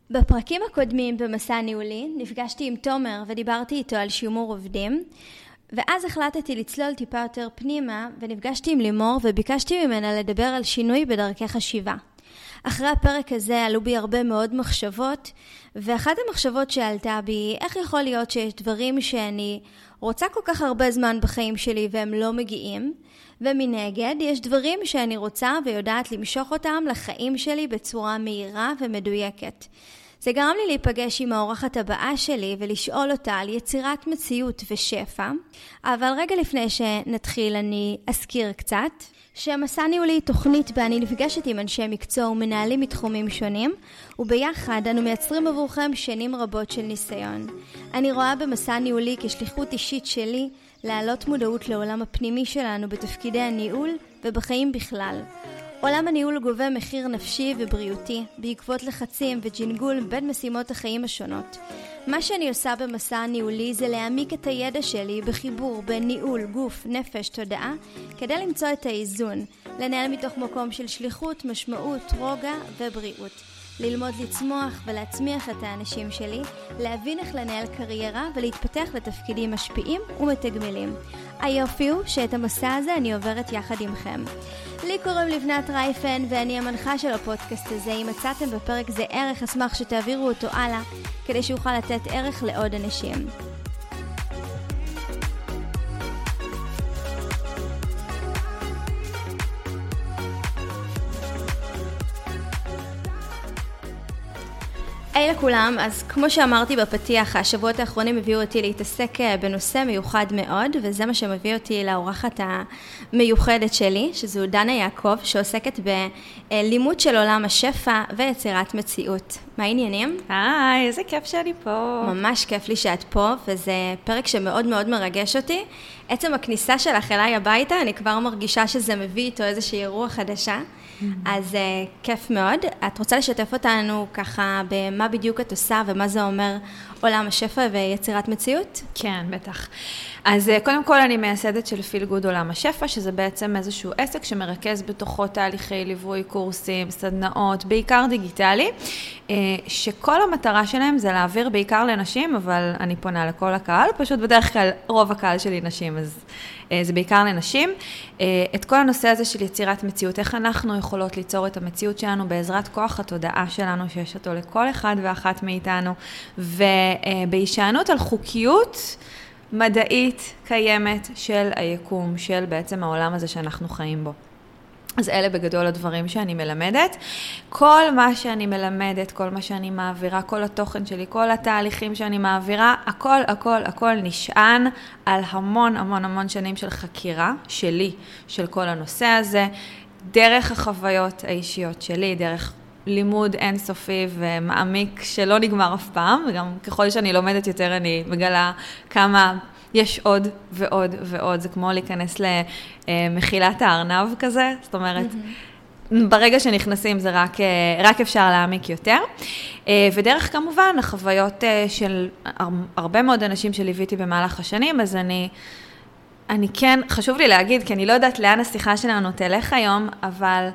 בפרקים הקודמים במסע ניהולי נפגשתי עם תומר ודיברתי איתו על שימור עובדים, ואז החלטתי לצלול טיפה יותר פנימה ונפגשתי עם לימור וביקשתי ממנה לדבר על שינוי בדרכי חשיבה. אחרי הפרק הזה עלו בי הרבה מאוד מחשבות, ואחת המחשבות שעלתה בי, איך יכול להיות שיש דברים שאני רוצה כל כך הרבה זמן בחיים שלי והם לא מגיעים, ומנגד יש דברים שאני רוצה ויודעת למשוך אותם לחיים שלי בצורה מהירה ומדויקת. זה גרם לי להיפגש עם האורחת הבאה שלי ולשאול אותה על יצירת מציאות ושפע, אבל רגע לפני שנתחיל אני אזכיר קצת. שהמסע ניהולי היא תוכנית בה אני נפגשת עם אנשי מקצוע ומנהלים מתחומים שונים, וביחד אנו מייצרים עבורכם שנים רבות של ניסיון. אני רואה במסע ניהולי כשליחות אישית שלי להעלות מודעות לעולם הפנימי שלנו בתפקידי הניהול ובחיים בכלל. עולם הניהול גובה מחיר נפשי ובריאותי בעקבות לחצים וג'ינגול בין משימות החיים השונות. מה שאני עושה במסע הניהולי זה להעמיק את הידע שלי בחיבור בין ניהול, גוף, נפש, תודעה, כדי למצוא את האיזון, לנהל מתוך מקום של שליחות, משמעות, רוגע ובריאות. ללמוד לצמוח ולהצמיח את האנשים שלי, להבין איך לנהל קריירה ולהתפתח לתפקידים משפיעים ומתגמלים. היופי הוא שאת המסע הזה אני עוברת יחד עמכם. לי קוראים לבנת רייפן ואני המנחה של הפודקאסט הזה. אם מצאתם בפרק זה ערך, אשמח שתעבירו אותו הלאה כדי שיוכל לתת ערך לעוד אנשים. היי לכולם, אז כמו שאמרתי בפתיח, השבועות האחרונים הביאו אותי להתעסק בנושא מיוחד מאוד, וזה מה שמביא אותי לאורחת המיוחדת שלי, שזו דנה יעקב, שעוסקת בלימוד של עולם השפע ויצירת מציאות. מה העניינים? היי, איזה כיף שאני פה. ממש כיף לי שאת פה, וזה פרק שמאוד מאוד מרגש אותי. עצם הכניסה שלך אליי הביתה, אני כבר מרגישה שזה מביא איתו איזושהי רוח חדשה. אז כיף מאוד. את רוצה לשתף אותנו ככה במה בדיוק את עושה ומה זה אומר עולם השפע ויצירת מציאות? כן, בטח. אז קודם כל אני מייסדת של פיל גוד עולם השפע, שזה בעצם איזשהו עסק שמרכז בתוכו תהליכי ליווי, קורסים, סדנאות, בעיקר דיגיטלי, שכל המטרה שלהם זה להעביר בעיקר לנשים, אבל אני פונה לכל הקהל, פשוט בדרך כלל רוב הקהל שלי נשים, אז זה בעיקר לנשים. את כל הנושא הזה של יצירת מציאות, איך אנחנו יכולות ליצור את המציאות שלנו בעזרת כוח התודעה שלנו, שיש אותו לכל אחד ואחת מאיתנו, ובהישענות על חוקיות מדעית קיימת של היקום, של בעצם העולם הזה שאנחנו חיים בו. אז אלה בגדול הדברים שאני מלמדת. כל מה שאני מלמדת, כל מה שאני מעבירה, כל התוכן שלי, כל התהליכים שאני מעבירה, הכל נשען על המון שנים של חקירה שלי, של כל הנושא הזה, דרך החוויות האישיות שלי, דרך לימוד אינסופי ומעמיק שלא נגמר אף פעם, וגם ככל שאני לומדת יותר אני מגלה כמה יש עוד ועוד ועוד, זה כמו להיכנס למחילת הארנב כזה, זאת אומרת, ברגע שנכנסים זה רק אפשר להעמיק יותר, ודרך כמובן החוויות של הרבה מאוד אנשים שליוויתי במהלך השנים, אז אני כן, חשוב לי להגיד, כי אני לא יודעת לאן השיחה שלנו תלך היום, אבל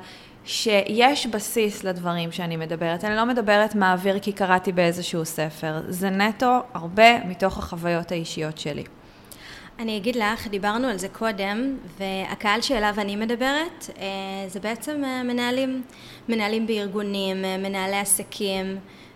שיש בסיס לדברים שאני מדברת. אני לא מדברת מעביר כי קראתי באיזשהו ספר. זה נטו הרבה מתוך החוויות האישיות שלי. אני אגיד לך, דיברנו על זה קודם, והקהל שאליו אני מדברת, זה בעצם מנהלים בארגונים, מנהלי עסקים,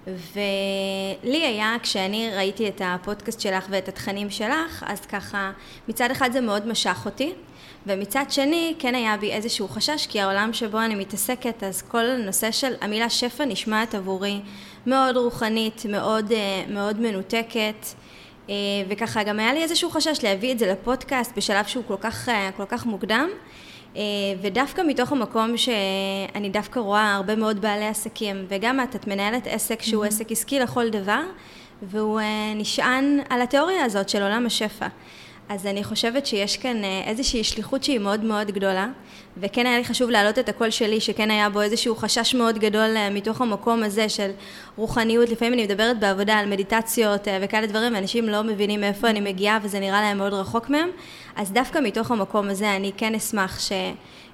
ולי היה, כשאני ראיתי את הפודקאסט שלך ואת התכנים שלך, אז ככה, מצד אחד זה מאוד משך אותי, ומצד שני, כן היה בי איזשהו חשש, כי העולם שבו אני מתעסקת, אז כל הנושא של המילה שפע נשמעת עבורי מאוד רוחנית, מאוד מנותקת, וככה גם היה לי איזשהו חשש להביא את זה לפודקאסט בשלב שהוא כל כך מוקדם, ודווקא מתוך המקום שאני דווקא רואה הרבה מאוד בעלי עסקים, וגם את מנהלת עסק שהוא עסק עסקי לכל דבר, והוא נשען על התיאוריה הזאת של עולם השפע. אז אני חושבת שיש כאן איזושהי שליחות שהיא מאוד מאוד גדולה, וכן היה לי חשוב להעלות את הקול שלי, שכן היה בו איזשהו חשש מאוד גדול מתוך המקום הזה של רוחניות. לפעמים אני מדברת בעבודה על מדיטציות וכאלה דברים, ואנשים לא מבינים מאיפה אני מגיעה, וזה נראה להם מאוד רחוק מהם. אז דווקא מתוך המקום הזה אני כן אשמח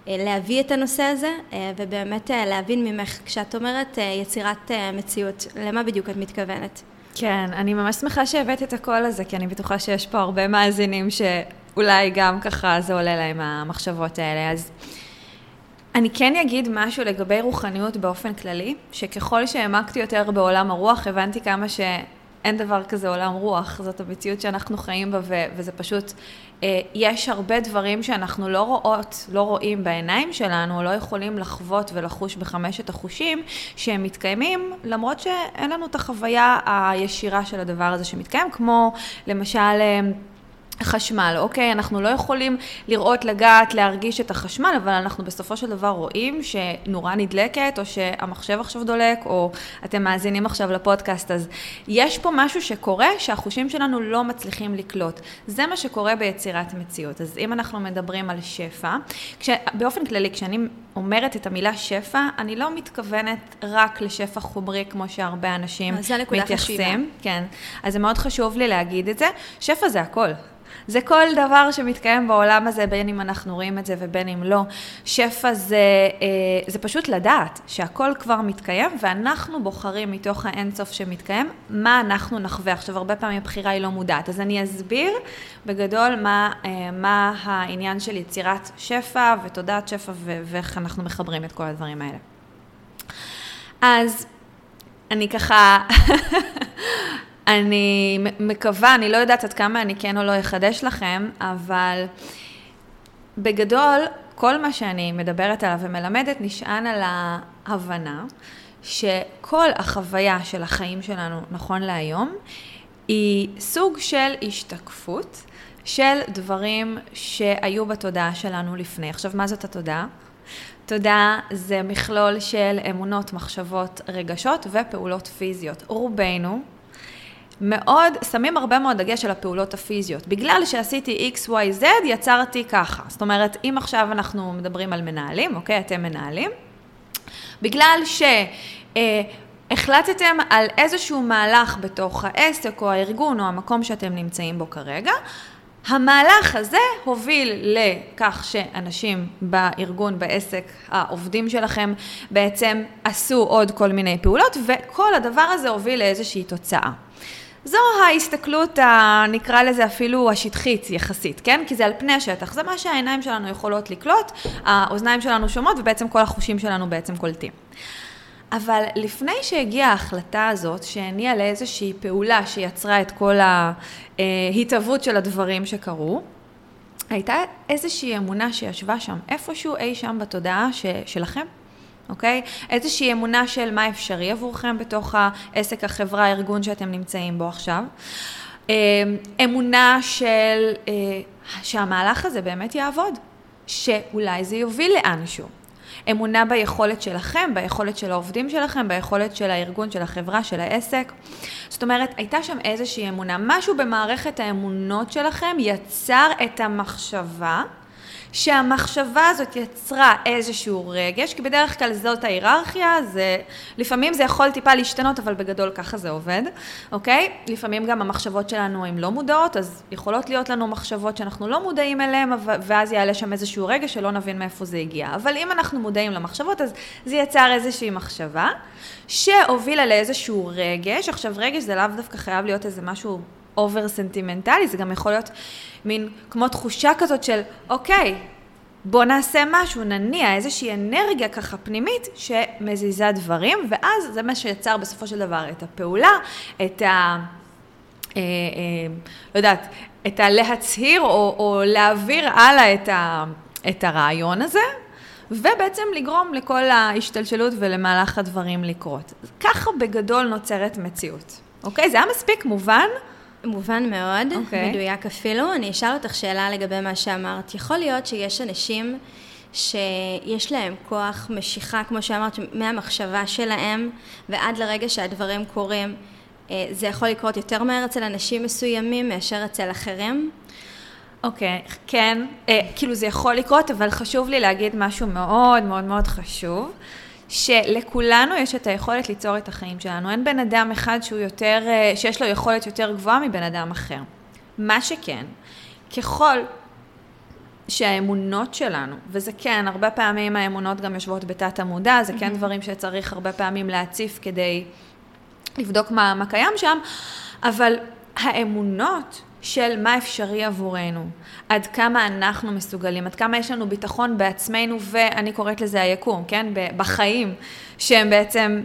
להביא את הנושא הזה, ובאמת להבין ממך, כשאת אומרת יצירת מציאות, למה בדיוק את מתכוונת? כן, אני ממש שמחה שהבאת את הקול הזה, כי אני בטוחה שיש פה הרבה מאזינים שאולי גם ככה זה עולה להם המחשבות האלה. אז אני כן אגיד משהו לגבי רוחניות באופן כללי, שככל שהעמקתי יותר בעולם הרוח, הבנתי כמה שאין דבר כזה עולם רוח, זאת המציאות שאנחנו חיים בה, וזה פשוט, יש הרבה דברים שאנחנו לא רואים בעיניים שלנו, לא יכולים לחוות ולחוש בחמשת החושים, שהם מתקיימים, למרות שאין לנו את החוויה הישירה של הדבר הזה שמתקיים, כמו למשל חשמל, אוקיי? אנחנו לא יכולים לראות, לגעת, להרגיש את החשמל, אבל אנחנו בסופו של דבר רואים שנורה נדלקת, או שהמחשב עכשיו דולק, או אתם מאזינים עכשיו לפודקאסט, אז יש פה משהו שקורה שהחושים שלנו לא מצליחים לקלוט. זה מה שקורה ביצירת מציאות. אז אם אנחנו מדברים על שפע, באופן כללי, כשאני אומרת את המילה שפע, אני לא מתכוונת רק לשפע חומרי, כמו שהרבה אנשים מתייחסים. כן. אז זה מאוד חשוב לי להגיד את זה. שפע זה הכל. זה כל דבר שמתקיים בעולם הזה, בין אם אנחנו רואים את זה ובין אם לא. שפע זה פשוט לדעת שהכל כבר מתקיים, ואנחנו בוחרים מתוך האינסוף שמתקיים, מה אנחנו נחווה. עכשיו, הרבה פעמים הבחירה היא לא מודעת. אז אני אסביר בגדול מה העניין של יצירת שפע ותודעת שפע, ואיך אנחנו מחברים את כל הדברים האלה. אז אני ככה אני מקווה, אני לא יודעת עד כמה אני כן או לא אחדש לכם, אבל בגדול, כל מה שאני מדברת עליו ומלמדת נשען על ההבנה שכל החוויה של החיים שלנו נכון להיום, היא סוג של השתקפות של דברים שהיו בתודעה שלנו לפני. עכשיו, מה זאת התודעה? תודעה זה מכלול של אמונות, מחשבות, רגשות ופעולות פיזיות. רובנו שמים הרבה מאוד דגש על הפעולות הפיזיות. בגלל שעשיתי X, Y, Z, יצרתי ככה. זאת אומרת, אם עכשיו אנחנו מדברים על מנהלים, אוקיי, אתם מנהלים, בגלל שהחלטתם על איזשהו מהלך בתוך העסק או הארגון או המקום שאתם נמצאים בו כרגע, המהלך הזה הוביל לכך שאנשים בארגון, בעסק, העובדים שלכם בעצם עשו עוד כל מיני פעולות, וכל הדבר הזה הוביל לאיזושהי תוצאה. זו ההסתכלות, נקרא לזה אפילו השטחית יחסית, כן? כי זה על פני השטח, זה מה שהעיניים שלנו יכולות לקלוט, האוזניים שלנו שומעות ובעצם כל החושים שלנו בעצם קולטים. אבל לפני שהגיעה ההחלטה הזאת, שהניעה לאיזושהי פעולה שיצרה את כל ההתהוות של הדברים שקרו, הייתה איזושהי אמונה שישבה שם, איפשהו אי שם בתודעה שלכם. אוקיי? איזושהי אמונה של מה אפשרי עבורכם בתוך העסק, החברה, הארגון שאתם נמצאים בו עכשיו. אמונה של שהמהלך הזה באמת יעבוד, שאולי זה יוביל לאנשהו. אמונה ביכולת שלכם, ביכולת של העובדים שלכם, ביכולת של הארגון, של החברה, של העסק. זאת אומרת, הייתה שם איזושהי אמונה. משהו במערכת האמונות שלכם יצר את המחשבה, שהמחשבה הזאת יצרה איזשהו רגש, כי בדרך כלל זאת ההיררכיה, לפעמים זה יכול טיפה להשתנות, אבל בגדול ככה זה עובד, אוקיי? לפעמים גם המחשבות שלנו הן לא מודעות, אז יכולות להיות לנו מחשבות שאנחנו לא מודעים אליהן, ואז יעלה שם איזשהו רגש שלא נבין מאיפה זה הגיע. אבל אם אנחנו מודעים למחשבות, אז זה יצר איזושהי מחשבה, שהובילה לאיזשהו רגש. עכשיו, רגש זה לאו דווקא חייב להיות איזה משהו אובר סנטימנטלי, זה גם יכול להיות מין כמו תחושה כזאת של, אוקיי, בוא נעשה משהו, נניע איזושהי אנרגיה ככה פנימית שמזיזה דברים, ואז זה מה שיצר בסופו של דבר את הפעולה, את לא יודעת, את הלהצהיר או להעביר הלאה את הרעיון הזה, ובעצם לגרום לכל ההשתלשלות ולמהלך הדברים לקרות. ככה בגדול נוצרת מציאות. אוקיי? זה היה מספיק מובן? מובן מאוד, מדויק אפילו. אני אשאל אותך שאלה לגבי מה שאמרת. יכול להיות שיש אנשים שיש להם כוח משיכה, כמו שאמרת, מהמחשבה שלהם ועד לרגע שהדברים קורים, זה יכול לקרות יותר מהר אצל אנשים מסוימים מאשר אצל אחרים? אוקיי, כן. כאילו זה יכול לקרות, אבל חשוב לי להגיד משהו מאוד מאוד מאוד חשוב. שלכולנו יש את היכולת ליצור את החיים שלנו. אין בן אדם אחד שיש לו יכולת יותר גבוהה מבן אדם אחר. מה שכן, ככל שהאמונות שלנו, וזה כן, הרבה פעמים האמונות גם יושבות בתת המודע, זה כן דברים שצריך הרבה פעמים להציף כדי לבדוק מה קיים שם, אבל האמונות של מה אפשרי עבורנו, עד כמה אנחנו מסוגלים, עד כמה יש לנו ביטחון בעצמנו, ואני קוראת לזה היקום, כן? בחיים, שהם בעצם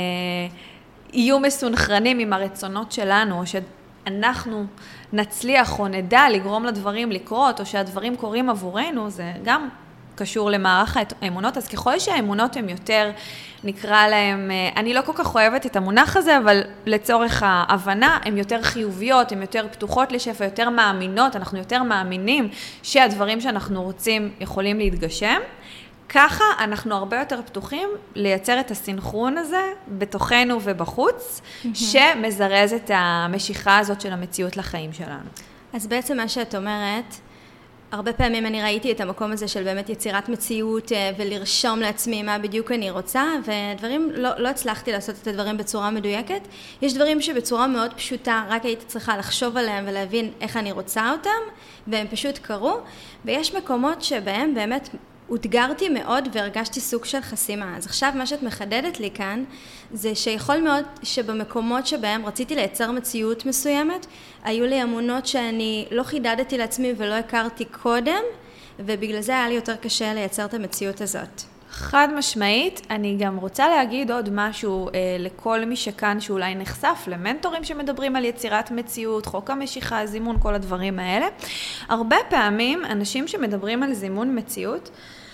יהיו מסונכרנים עם הרצונות שלנו, או שאנחנו נצליח או נדע לגרום לדברים לקרות, או שהדברים קורים עבורנו, זה גם קשור למערך האמונות. אז ככל שהאמונות הן יותר, נקרא להם, אני לא כל כך אוהבת את המונח הזה, אבל לצורך ההבנה, הן יותר חיוביות, הן יותר פתוחות לשפע, יותר מאמינות, אנחנו יותר מאמינים שהדברים שאנחנו רוצים יכולים להתגשם. ככה אנחנו הרבה יותר פתוחים לייצר את הסינכרון הזה בתוכנו ובחוץ, שמזרז את המשיכה הזאת של המציאות לחיים שלנו. אז בעצם מה שאת אומרת, הרבה פעמים אני ראיתי את המקום הזה של באמת יצירת מציאות ולרשום לעצמי מה בדיוק אני רוצה, ודברים, לא הצלחתי לעשות את הדברים בצורה מדויקת. יש דברים שבצורה מאוד פשוטה, רק הייתי צריכה לחשוב עליהם ולהבין איך אני רוצה אותם, והם פשוט קרו, ויש מקומות שבהם באמת אותגרתי מאוד והרגשתי סוג של חסימה. אז עכשיו מה שאת מחדדת לי כאן, זה שיכול מאוד שבמקומות שבהם רציתי לייצר מציאות מסוימת, היו לי אמונות שאני לא חידדתי לעצמי ולא הכרתי קודם, ובגלל זה היה לי יותר קשה לייצר את המציאות הזאת. חד משמעית, אני גם רוצה להגיד עוד משהו לכל מי שכאן שאולי נחשף למנטורים שמדברים על יצירת מציאות, חוק המשיכה, זימון, כל הדברים האלה. הרבה פעמים אנשים שמדברים על זימון מציאות,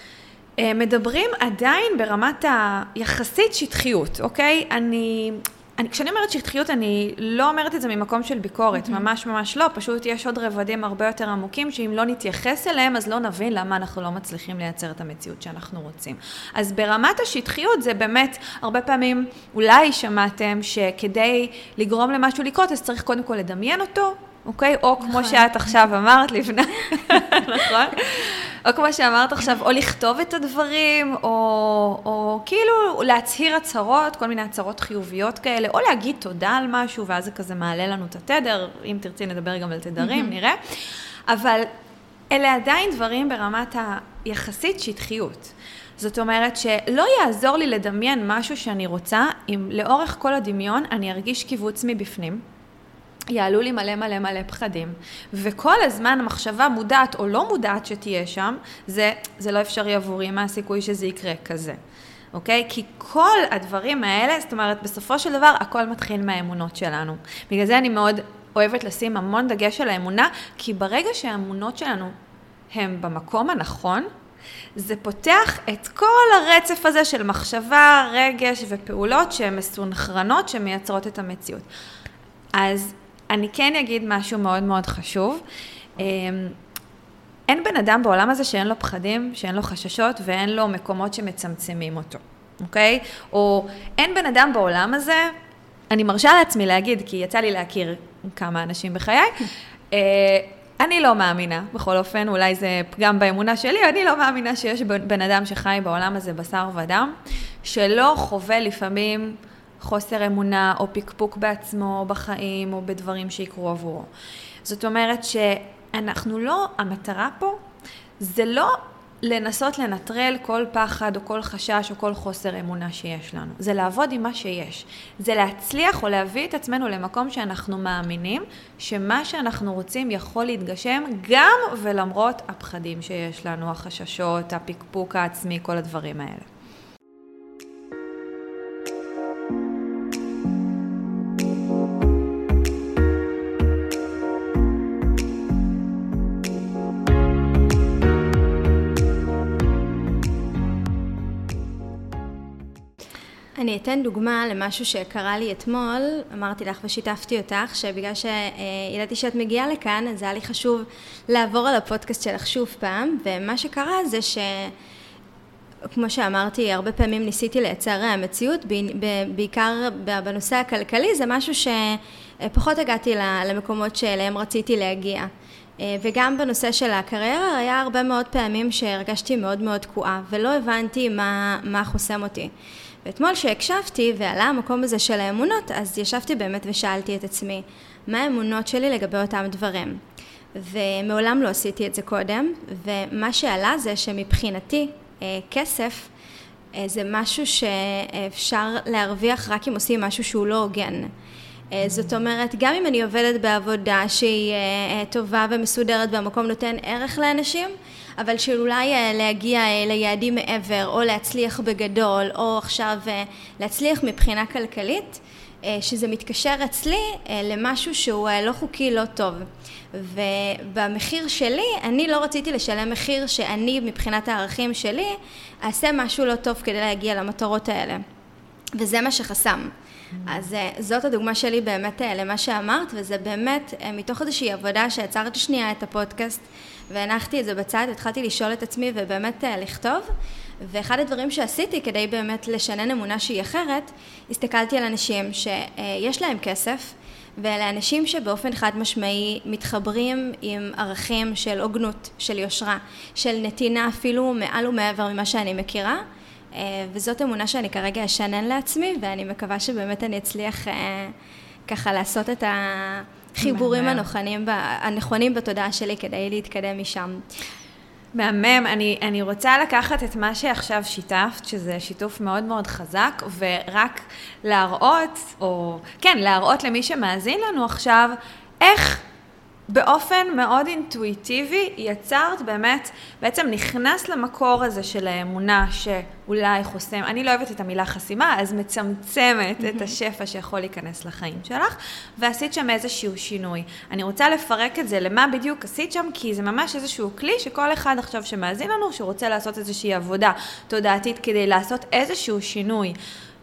מדברים עדיין ברמת היחסית שטחיות, אוקיי? כשאני אומרת שטחיות, אני לא אומרת את זה ממקום של ביקורת, ממש ממש לא, פשוט יש עוד רבדים הרבה יותר עמוקים, שאם לא נתייחס אליהם, אז לא נבין למה אנחנו לא מצליחים לייצר את המציאות שאנחנו רוצים. אז ברמת השטחיות זה באמת, הרבה פעמים אולי שמעתם שכדי לגרום למשהו לקרות, אז צריך קודם כל לדמיין אותו, אוקיי? או כמו שאת עכשיו אמרת לפני, נכון? או כמו שאמרת עכשיו, או לכתוב את הדברים, או כאילו להצהיר הצהרות, כל מיני הצהרות חיוביות כאלה, או להגיד תודה על משהו, ואז זה כזה מעלה לנו את התדר, אם תרצי נדבר גם על תדרים, נראה. אבל אלה עדיין דברים ברמת היחסית שטחיות. זאת אומרת שלא יעזור לי לדמיין משהו שאני רוצה, אם לאורך כל הדמיון אני ארגיש קיבוץ מבפנים, יעלו לי מלא מלא מלא פחדים, וכל הזמן המחשבה מודעת או לא מודעת שתהיה שם, זה לא אפשרי עבורי, מה הסיכוי שזה יקרה כזה, אוקיי? כי כל הדברים האלה, זאת אומרת, בסופו של דבר, הכל מתחיל מהאמונות שלנו. בגלל זה אני מאוד אוהבת לשים המון דגש על האמונה, כי ברגע שהאמונות שלנו הם במקום הנכון, זה פותח את כל הרצף הזה של מחשבה, רגש ופעולות שהן מסונכרנות, שמייצרות את המציאות. אז אני כן אגיד משהו מאוד מאוד חשוב. אין בן אדם בעולם הזה שאין לו פחדים, שאין לו חששות, ואין לו מקומות שמצמצמים אותו, אוקיי? או אין בן אדם בעולם הזה, אני מרשה לעצמי להגיד, כי יצא לי להכיר כמה אנשים בחיי, אני לא מאמינה, בכל אופן, אולי זה פגם באמונה שלי, אני לא מאמינה שיש בן אדם שחי בעולם הזה בשר ודם, שלא חווה לפעמים חוסר אמונה או פיקפוק בעצמו או בחיים או בדברים שיקרו עבורו. זאת אומרת שאנחנו לא, המטרה פה זה לא לנסות לנטרל כל פחד או כל חשש או כל חוסר אמונה שיש לנו. זה לעבוד עם מה שיש. זה להצליח או להביא את עצמנו למקום שאנחנו מאמינים שמה שאנחנו רוצים יכול להתגשם גם ולמרות הפחדים שיש לנו, החששות, הפיקפוק העצמי, כל הדברים האלה. אני אתן דוגמה למשהו שקרה לי אתמול, אמרתי לך ושיתפתי אותך, שבגלל שידעתי שאת מגיעה לכאן, אז היה לי חשוב לעבור על הפודקאסט שלך שוב פעם, ומה שקרה זה כמו שאמרתי, הרבה פעמים ניסיתי לייצר מציאות, בעיקר בנושא הכלכלי, זה משהו שפחות הגעתי למקומות שאליהם רציתי להגיע. וגם בנושא של הקריירה, היה הרבה מאוד פעמים שהרגשתי מאוד מאוד תקועה, ולא הבנתי מה חוסם אותי. ואתמול שהקשבתי ועלה המקום הזה של האמונות, אז ישבתי באמת ושאלתי את עצמי, מה האמונות שלי לגבי אותם דברים? ומעולם לא עשיתי את זה קודם, ומה שעלה זה שמבחינתי כסף זה משהו שאפשר להרוויח רק אם עושים משהו שהוא לא הוגן. זאת אומרת, גם אם אני עובדת בעבודה שהיא טובה ומסודרת והמקום נותן ערך לאנשים, אבל שאולי להגיע ליעדים מעבר, או להצליח בגדול, או עכשיו להצליח מבחינה כלכלית, שזה מתקשר אצלי למשהו שהוא לא חוקי, לא טוב. ובמחיר שלי, אני לא רציתי לשלם מחיר שאני מבחינת הערכים שלי, אעשה משהו לא טוב כדי להגיע למטרות האלה. וזה מה שחסם. אז זאת הדוגמה שלי באמת למה שאמרת, וזה באמת מתוך איזושהי עבודה שעצרתי שנייה את הפודקאסט, והנחתי את זה בצד, התחלתי לשאול את עצמי ובאמת לכתוב, ואחד הדברים שעשיתי כדי באמת לשנן אמונה שהיא אחרת, הסתכלתי על אנשים שיש להם כסף, ואלה אנשים שבאופן חד משמעי מתחברים עם ערכים של הוגנות, של יושרה, של נתינה אפילו מעל ומעבר ממה שאני מכירה, וזאת אמונה שאני כרגע אשנן לעצמי, ואני מקווה שבאמת אני אצליח ככה לעשות את החיבורים הנכונים בתודעה שלי כדי להתקדם משם. מהמם, אני רוצה לקחת את מה שעכשיו שיתפת, שזה שיתוף מאוד מאוד חזק, ורק להראות, להראות למי שמאזין לנו עכשיו, איך באופן מאוד אינטואיטיבי יצרת באמת, בעצם נכנס למקור הזה של האמונה שאולי חוסם, אני לא אוהבת את המילה חסימה, אז מצמצמת את השפע שיכול להיכנס לחיים שלך, ועשית שם איזשהו שינוי. אני רוצה לפרק את זה למה בדיוק עשית שם, כי זה ממש איזשהו כלי שכל אחד עכשיו שמאזין לנו, שרוצה לעשות איזושהי עבודה תודעתית כדי לעשות איזשהו שינוי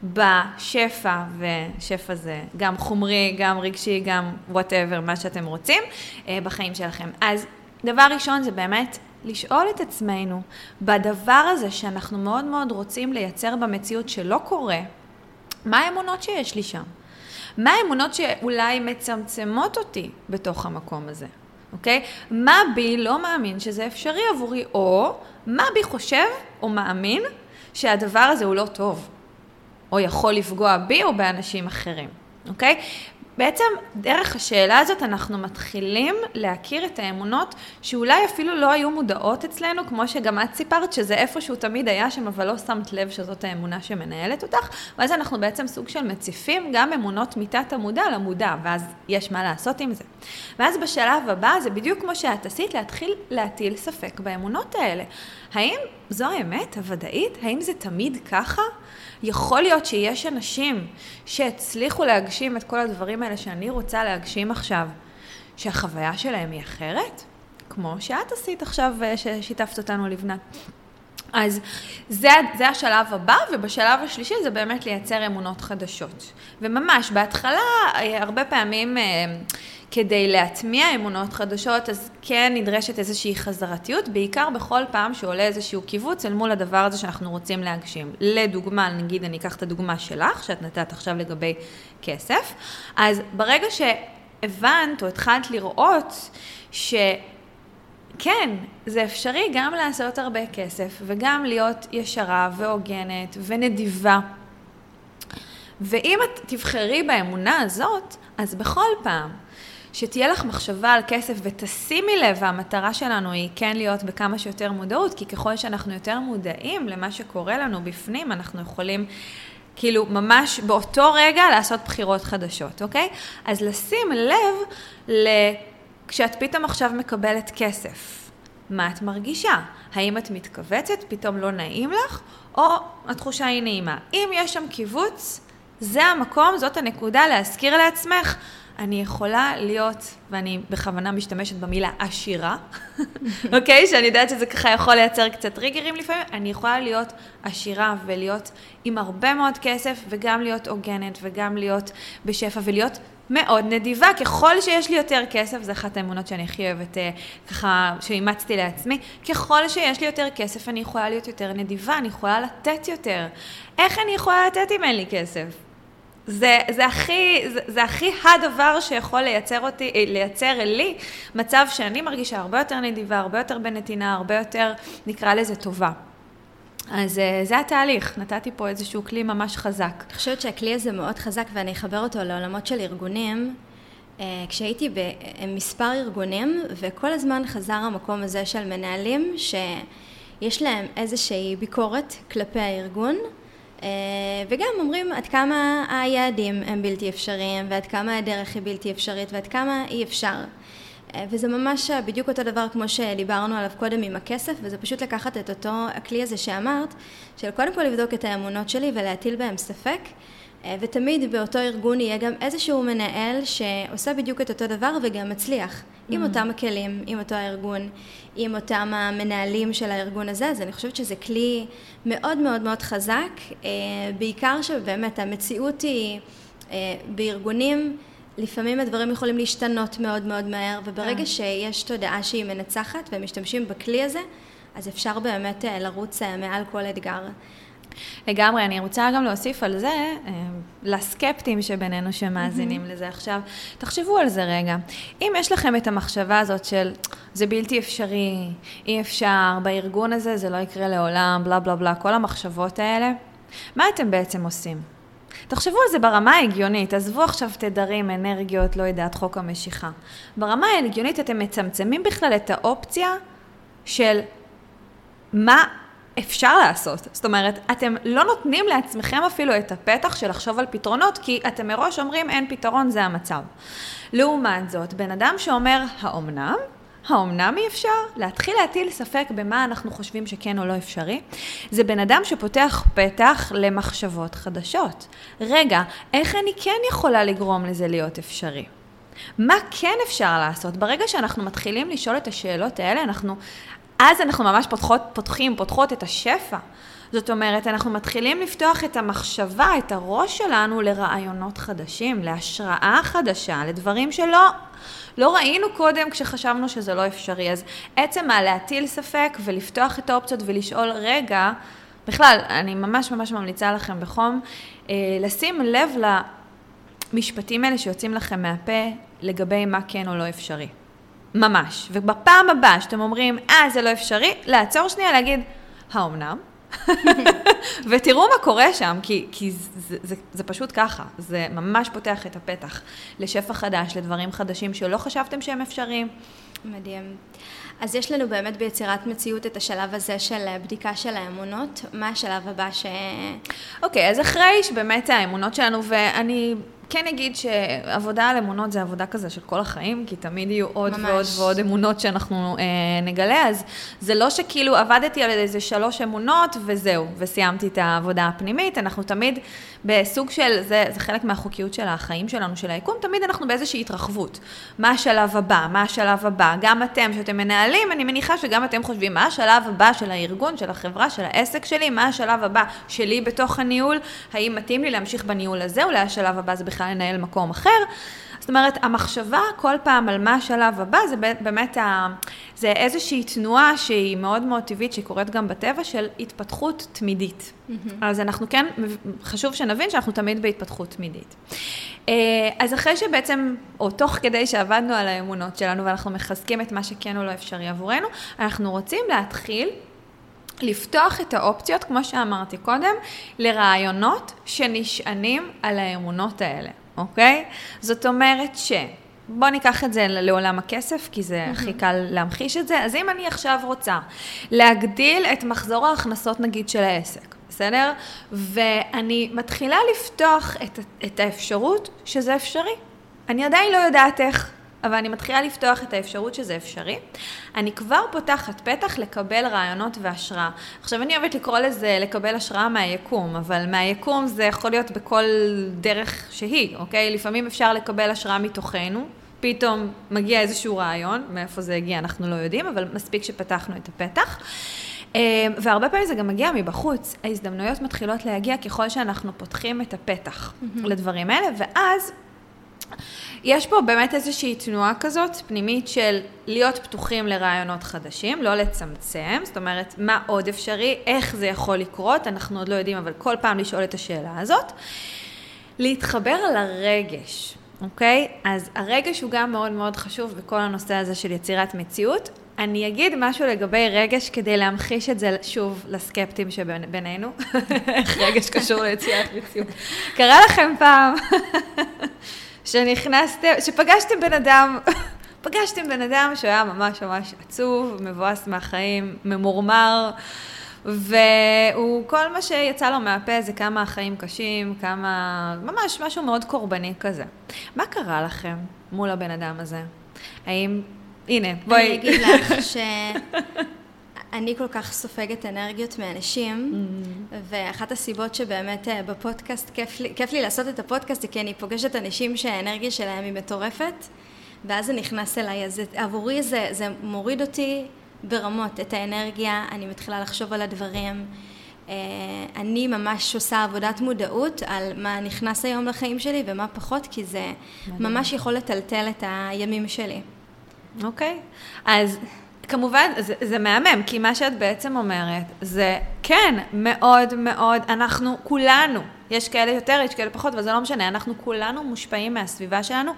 בשפע, ושפע זה גם חומרי, גם רגשי, גם whatever, מה שאתם רוצים בחיים שלכם. אז דבר ראשון זה באמת לשאול את עצמנו, בדבר הזה שאנחנו מאוד מאוד רוצים לייצר במציאות שלא קורה, מה האמונות שיש לי שם? מה האמונות שאולי מצמצמות אותי בתוך המקום הזה? אוקיי? מה בי לא מאמין שזה אפשרי עבורי, או מה בי חושב או מאמין שהדבר הזה הוא לא טוב? או יכול לפגוע בי או באנשים אחרים, אוקיי? בעצם דרך השאלה הזאת אנחנו מתחילים להכיר את האמונות שאולי אפילו לא היו מודעות אצלנו, כמו שגם את סיפרת שזה איפשהו תמיד היה שם, אבל לא שמת לב שזאת האמונה שמנהלת אותך, ואז אנחנו בעצם סוג של מציפים גם אמונות מתת המודע למודע, ואז יש מה לעשות עם זה. ואז בשלב הבא זה בדיוק כמו שאת עשית, להתחיל להטיל ספק באמונות האלה. האם זו האמת הוודאית? האם זה תמיד ככה? יכול להיות שיש אנשים שהצליחו להגשים את כל הדברים האלה שאני רוצה להגשים עכשיו, שהחוויה שלהם היא אחרת, כמו שאת עשית עכשיו ששיתפת אותנו לבנת. אז זה השלב הבא, ובשלב השלישי זה באמת לייצר אמונות חדשות. וממש בהתחלה, הרבה פעמים כדי להטמיע אמונות חדשות, אז כן נדרשת איזושהי חזרתיות, בעיקר בכל פעם שעולה איזשהו קיבוץ אל מול הדבר הזה שאנחנו רוצים להגשים. לדוגמה, נגיד אני אקח את הדוגמה שלך, שאת נתת עכשיו לגבי כסף, אז ברגע שהבנת או התחלת לראות כן, זה אפשרי גם לעשות הרבה כסף, וגם להיות ישרה והוגנת ונדיבה. ואם את תבחרי באמונה הזאת, אז בכל פעם שתהיה לך מחשבה על כסף ותשימי לב, והמטרה שלנו היא כן להיות בכמה שיותר מודעות, כי ככל שאנחנו יותר מודעים למה שקורה לנו בפנים, אנחנו יכולים כאילו ממש באותו רגע לעשות בחירות חדשות, אוקיי? אז לשים לב כשאת פתאום עכשיו מקבלת כסף, מה את מרגישה? האם את מתכווצת, פתאום לא נעים לך, או התחושה היא נעימה? אם יש שם קיבוץ, זה המקום, זאת הנקודה להזכיר לעצמך, אני יכולה להיות, ואני בכוונה משתמשת במילה עשירה, אוקיי? שאני יודעת שזה ככה יכול לייצר קצת טריגרים לפעמים, אני יכולה להיות עשירה ולהיות עם הרבה מאוד כסף, וגם להיות הוגנת, וגם להיות בשפע, ולהיות מאוד נדיבה. ככל שיש לי יותר כסף, זה אחת האמונות שאני הכי אוהבת, ככה שאימצתי לעצמי, ככל שיש לי יותר כסף, אני יכולה להיות יותר נדיבה, אני יכולה לתת יותר. איך אני יכולה לתת אם אין לי כסף? זה הכי הדבר שיכול לייצר לי מצב שאני מרגישה הרבה יותר נדיבה, הרבה יותר בנתינה, הרבה יותר, נקרא לזה טובה. אז זה התהליך, נתתי פה איזשהו כלי ממש חזק. אני חושבת שהכלי הזה מאוד חזק, ואני אחבר אותו לעולמות של ארגונים, כשהייתי במספר ארגונים, וכל הזמן חזר המקום הזה של מנהלים שיש להם איזושהי ביקורת כלפי הארגון, וגם אומרים עד כמה היעדים הם בלתי אפשריים, ועד כמה הדרך היא בלתי אפשרית, ועד כמה אי אפשר. וזה ממש בדיוק אותו דבר כמו שדיברנו עליו קודם עם הכסף, וזה פשוט לקחת את אותו הכלי הזה שאמרת, של קודם כל לבדוק את האמונות שלי ולהטיל בהם ספק, ותמיד באותו ארגון יהיה גם איזשהו מנהל שעושה בדיוק את אותו דבר וגם מצליח עם אותם הכלים, עם אותו הארגון, עם אותם המנהלים של הארגון הזה. אז אני חושבת שזה כלי מאוד מאוד מאוד חזק, בעיקר שבאמת המציאות היא בארגונים, לפעמים הדברים יכולים להשתנות מאוד מאוד מהר, וברגע שיש תודעה שהיא מנצחת והם משתמשים בכלי הזה, אז אפשר באמת לרוץ מעל כל אתגר. לגמרי, אני רוצה גם להוסיף על זה, לסקפטים שבינינו שמאזינים לזה עכשיו, תחשבו על זה רגע. אם יש לכם את המחשבה הזאת של, זה בלתי אפשרי, אי אפשר, בארגון הזה זה לא יקרה לעולם, בלה בלה בלה, כל המחשבות האלה, מה אתם בעצם עושים? תחשבו על זה ברמה ההגיונית, עזבו עכשיו תדרים, אנרגיות, לא יודעת, חוק המשיכה. ברמה ההגיונית אתם מצמצמים בכלל את האופציה של מה אפשר לעשות. זאת אומרת, אתם לא נותנים לעצמכם אפילו את הפתח של לחשוב על פתרונות, כי אתם מראש אומרים אין פתרון, זה המצב. לעומת זאת, בן אדם שאומר האומנם אי אפשר, להתחיל להטיל ספק במה אנחנו חושבים שכן או לא אפשרי, זה בן אדם שפותח פתח למחשבות חדשות. רגע, איך אני כן יכולה לגרום לזה להיות אפשרי? מה כן אפשר לעשות? ברגע שאנחנו מתחילים לשאול את השאלות האלה, אז אנחנו ממש פותחות את השפע. זאת אומרת, אנחנו מתחילים לפתוח את המחשבה, את הראש שלנו לרעיונות חדשים, להשראה חדשה, לדברים לא ראינו קודם כשחשבנו שזה לא אפשרי. אז עצם להטיל ספק ולפתוח את האופציות ולשאול רגע, בכלל, אני ממש ממליצה לכם בחום, לשים לב למשפטים האלה שיוצאים לכם מהפה לגבי מה כן או לא אפשרי. ממש. ובפעם הבאה שאתם אומרים, זה לא אפשרי, לעצור שנייה, להגיד, האומנם? ותראו מה קורה שם, כי זה פשוט ככה. זה ממש פותח את הפתח לשפע חדש, לדברים חדשים שלא חשבתם שהם אפשריים. מדהים. אז יש לנו באמת ביצירת מציאות את השלב הזה של בדיקה של האמונות. מה השלב הבא אוקיי, אז אחרי שבאמת האמונות שלנו, ואני כן אגיד שעבודה על אמונות זה עבודה כזה של כל החיים, כי תמיד יהיו עוד ועוד ועוד אמונות שאנחנו נגלה, אז זה לא שכאילו עבדתי על איזה 3 אמונות וזהו, וסיימתי את העבודה הפנימית, אנחנו תמיד בסוג של, זה חלק מהחוקיות של החיים שלנו, של היקום, תמיד אנחנו באיזושהי התרחבות. מה השלב הבא? מה השלב הבא? גם אתם, שאתם מנהלים, אני מניחה שגם אתם חושבים, מה השלב הבא של הארגון, של החברה, של העסק שלי, מה השלב הבא שלי בתוך הניהול, האם מתאים לי להמשיך בניהול הזה, אולי השלב הבא זה בכלל לנהל מקום אחר. זאת אומרת, המחשבה כל פעם על מה השלב הבא, זה באמת, זה איזושהי תנועה שהיא מאוד מאוד טבעית, שקורית גם בטבע של התפתחות תמידית. אז אנחנו כן, חשוב שנבין שאנחנו תמיד בהתפתחות תמידית. אז אחרי שבעצם, או תוך כדי שעבדנו על האמונות שלנו, ואנחנו מחזקים את מה שכן או לא אפשרי עבורנו, אנחנו רוצים להתחיל לפתוח את האופציות, כמו שאמרתי קודם, לרעיונות שנשענים על האמונות האלה, אוקיי? זאת אומרת בוא ניקח את זה לעולם הכסף, כי זה הכי קל להמחיש את זה. אז אם אני עכשיו רוצה להגדיל את מחזור ההכנסות נגיד של העסק, בסדר? ואני מתחילה לפתוח את האפשרות שזה אפשרי. אני עדיין לא יודעת איך, אבל אני מתחילה לפתוח את האפשרות שזה אפשרי. אני כבר פותחת פתח לקבל רעיונות והשראה. עכשיו אני אוהבת לקרוא לזה לקבל השראה מהיקום, אבל מהיקום זה יכול להיות בכל דרך שהיא, אוקיי? לפעמים אפשר לקבל השראה מתוכנו, פתאום מגיע איזשהו רעיון, מאיפה זה הגיע אנחנו לא יודעים, אבל מספיק שפתחנו את הפתח. והרבה פעמים זה גם מגיע מבחוץ. ההזדמנויות מתחילות להגיע ככל שאנחנו פותחים את הפתח לדברים האלה, ואז יש פה באמת איזושהי תנועה כזאת, פנימית של להיות פתוחים לרעיונות חדשים, לא לצמצם, זאת אומרת, מה עוד אפשרי, איך זה יכול לקרות, אנחנו עוד לא יודעים, אבל כל פעם לשאול את השאלה הזאת. להתחבר לרגש, אוקיי? אז הרגש הוא גם מאוד מאוד חשוב בכל הנושא הזה של יצירת מציאות. אני אגיד משהו לגבי רגש כדי להמחיש את זה שוב לסקפטים שבינינו. איך רגש קשור ליצירת מציאות. קרה לכם פעם שפגשתם בן אדם שהיה ממש ממש עצוב, מבואס מהחיים, ממורמר, והוא, כל מה שיצא לו מהפה זה כמה החיים קשים, ממש משהו מאוד קורבני כזה. מה קרה לכם מול הבן אדם הזה? הנה, בואי. אני אגיד לך שאני כל כך סופגת אנרגיות מאנשים, ואחת הסיבות שבאמת בפודקאסט, כיף לי לעשות את הפודקאסט, כי אני פוגשת אנשים שהאנרגיה שלהם היא מטורפת, ואז זה נכנס אליי, אז עבורי זה מוריד אותי ברמות את האנרגיה, אני מתחילה לחשוב על הדברים, אני ממש עושה עבודת מודעות על מה נכנס היום לחיים שלי ומה פחות, כי זה ממש יכול לטלטל את הימים שלי. אוקיי, אז כמובן זה מהמם, כי מה שאת בעצם אומרת זה כן, מאוד מאוד, אנחנו כולנו, יש כאלה יותר, יש כאלה פחות, אבל זה לא משנה, אנחנו כולנו מושפעים מהסביבה שלנו,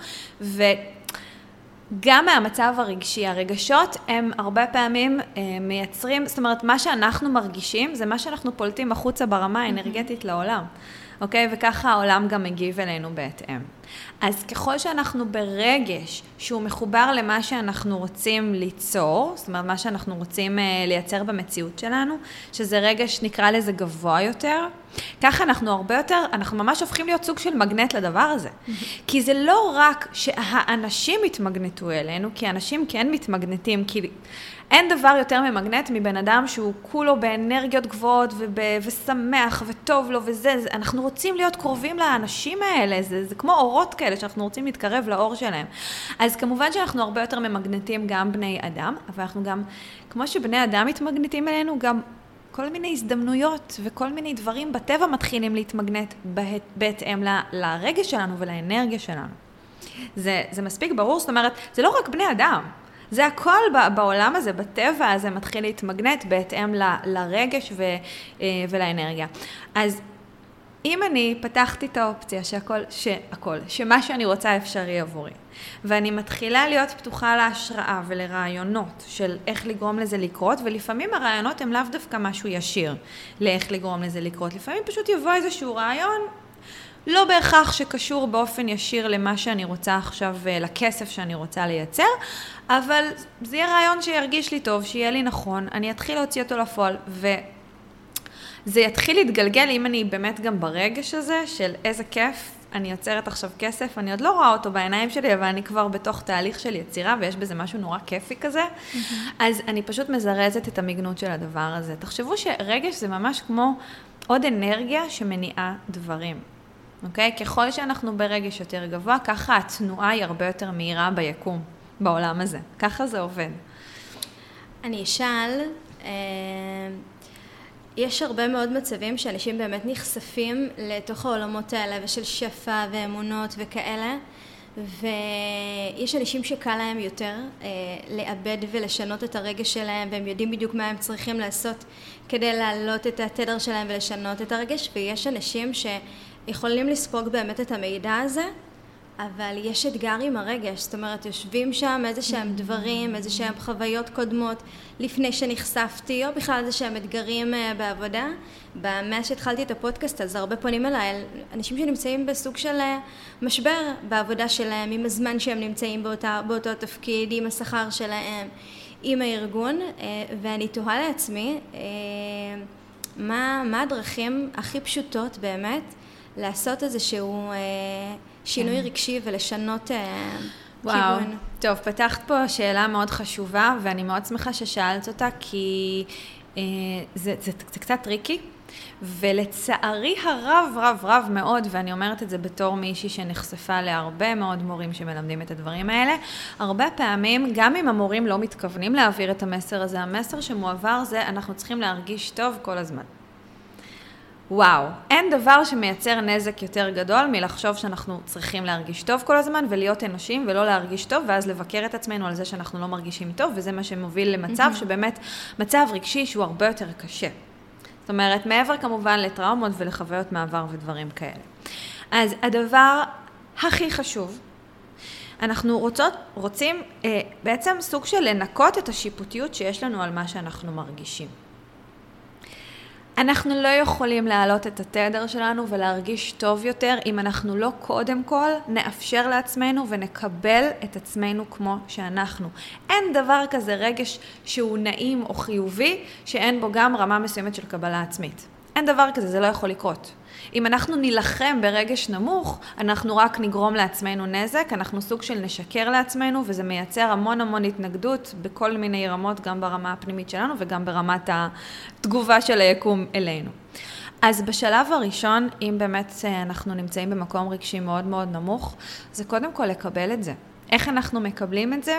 גם מהמצב הרגשי, הרגשות הם הרבה פעמים מייצרים, זאת אומרת, מה שאנחנו מרגישים זה מה שאנחנו פולטים החוצה ברמה האנרגטית לעולם, אוקיי? וככה העולם גם מגיב אלינו בהתאם. אז ככל שאנחנו ברגש שהוא מחובר למה שאנחנו רוצים ליצור, זאת אומרת, מה שאנחנו רוצים לייצר במציאות שלנו, שזה רגש נקרא לזה גבוה יותר, ככה אנחנו הרבה יותר, אנחנו ממש הופכים להיות סוג של מגנט לדבר הזה. כי זה לא רק שהאנשים מתמגנטו אלינו, כי האנשים כן מתמגנטים, כי אין דבר יותר ממגנט מבן אדם שהוא כולו באנרגיות גבוהות ושמח וטוב לו וזה, אנחנו רוצים להיות קרובים לאנשים האלה, זה כמו אורות כאלה שאנחנו רוצים להתקרב לאור שלהם. אז כמובן שאנחנו הרבה יותר ממגנטים גם בני אדם, אבל אנחנו גם, כמו שבני אדם מתמגנטים אלינו, גם כל מיני הזדמנויות וכל מיני דברים בטבע מתחילים להתמגנט בהתאם לרגש שלנו ולאנרגיה שלנו. זה מספיק ברור, זאת אומרת, זה לא רק בני אדם, זה הכל בעולם הזה, בטבע הזה מתחיל להתמגנט בהתאם לרגש ולאנרגיה. אז אם אני פתחתי את האופציה שמה שאני רוצה אפשרי עבורי, ואני מתחילה להיות פתוחה להשראה ולרעיונות של איך לגרום לזה לקרות, ולפעמים הרעיונות הם לאו דווקא משהו ישיר לאיך לגרום לזה לקרות. לפעמים פשוט יבוא איזשהו רעיון, לא בהכרח שקשור באופן ישיר למה שאני רוצה עכשיו, לכסף שאני רוצה לייצר, אבל זה יהיה רעיון שירגיש לי טוב, שיהיה לי נכון, אני אתחיל להוציא אותו לפועל, וזה יתחיל להתגלגל אם אני באמת גם ברגש הזה של איזה כיף, אני יוצרת עכשיו כסף, אני עוד לא רואה אותו בעיניים שלי, אבל אני כבר בתוך תהליך של יצירה, ויש בזה משהו נורא כיפי כזה, אז אני פשוט מזרזת את המגנות של הדבר הזה. תחשבו שרגש זה ממש כמו עוד אנרגיה שמניעה דברים. אוקיי? ככל שאנחנו ברגש יותר גבוה, ככה התנועה היא הרבה יותר מהירה ביקום, בעולם הזה. ככה זה עובד. אני אשאל, יש הרבה מאוד מצבים שאנשים באמת נחשפים לתוך העולמות האלה ושל שפע ואמונות וכאלה, ויש אנשים שקל להם יותר לאבד ולשנות את הרגש שלהם, והם יודעים בדיוק מה הם צריכים לעשות כדי להעלות את התדר שלהם ולשנות את הרגש, ויש אנשים שיכולים לספוג באמת את המידע הזה, אבל יש אתגר עם הרגש, זאת אומרת, יושבים שם איזה שהם דברים, איזה שהם חוויות קודמות לפני שנחשפתי, או בכלל איזה שהם אתגרים בעבודה. מאז שהתחלתי את הפודקאסט, אז הרבה פונים אליי, אנשים שנמצאים בסוג של משבר בעבודה שלהם, עם הזמן שהם נמצאים באותו תפקיד, עם השכר שלהם, עם הארגון, ואני תוהה לעצמי, מה הדרכים הכי פשוטות באמת לעשות איזשהו שינוי רגשי ולשנות כיוון. טוב, פתחת פה שאלה מאוד חשובה, ואני מאוד שמחה ששאלת אותה, כי זה קצת טריקי, ולצערי הרב מאוד, ואני אומרת את זה בתור מישהי שנחשפה להרבה מאוד מורים שמלמדים את הדברים האלה, הרבה פעמים, גם אם המורים לא מתכוונים להעביר את המסר הזה, המסר שמועבר זה, אנחנו צריכים להרגיש טוב כל הזמן. וואו, אין דבר שמייצר נזק יותר גדול מלחשוב שאנחנו צריכים להרגיש טוב כל הזמן ולהיות אנושיים ולא להרגיש טוב ואז לבקר את עצמנו על זה שאנחנו לא מרגישים טוב, וזה מה שמוביל למצב שבאמת מצב רגשי שהוא הרבה יותר קשה. זאת אומרת, מעבר כמובן לטראומות ולחוויות מעבר ודברים כאלה. אז הדבר הכי חשוב, אנחנו רוצים בעצם סוג של לנקות את השיפוטיות שיש לנו על מה שאנחנו מרגישים. אנחנו לא יכולים להעלות את התדר שלנו ולהרגיש טוב יותר אם אנחנו לא קודם כל נאפשר לעצמנו ונקבל את עצמנו כמו שאנחנו. אין דבר כזה רגש שהוא נעים או חיובי שאין בו גם רמה מסוימת של קבלה עצמית. אין דבר כזה, זה לא יכול לקרות. אם אנחנו נילחם ברגש נמוך, אנחנו רק נגרום לעצמנו נזק, אנחנו סוג של נשקר לעצמנו, וזה מייצר המון התנגדות בכל מיני רמות, גם ברמה הפנימית שלנו וגם ברמת התגובה של היקום אלינו. אז בשלב הראשון, אם באמת אנחנו נמצאים במקום רגשי מאוד נמוך, זה קודם כל לקבל את זה. איך אנחנו מקבלים את זה?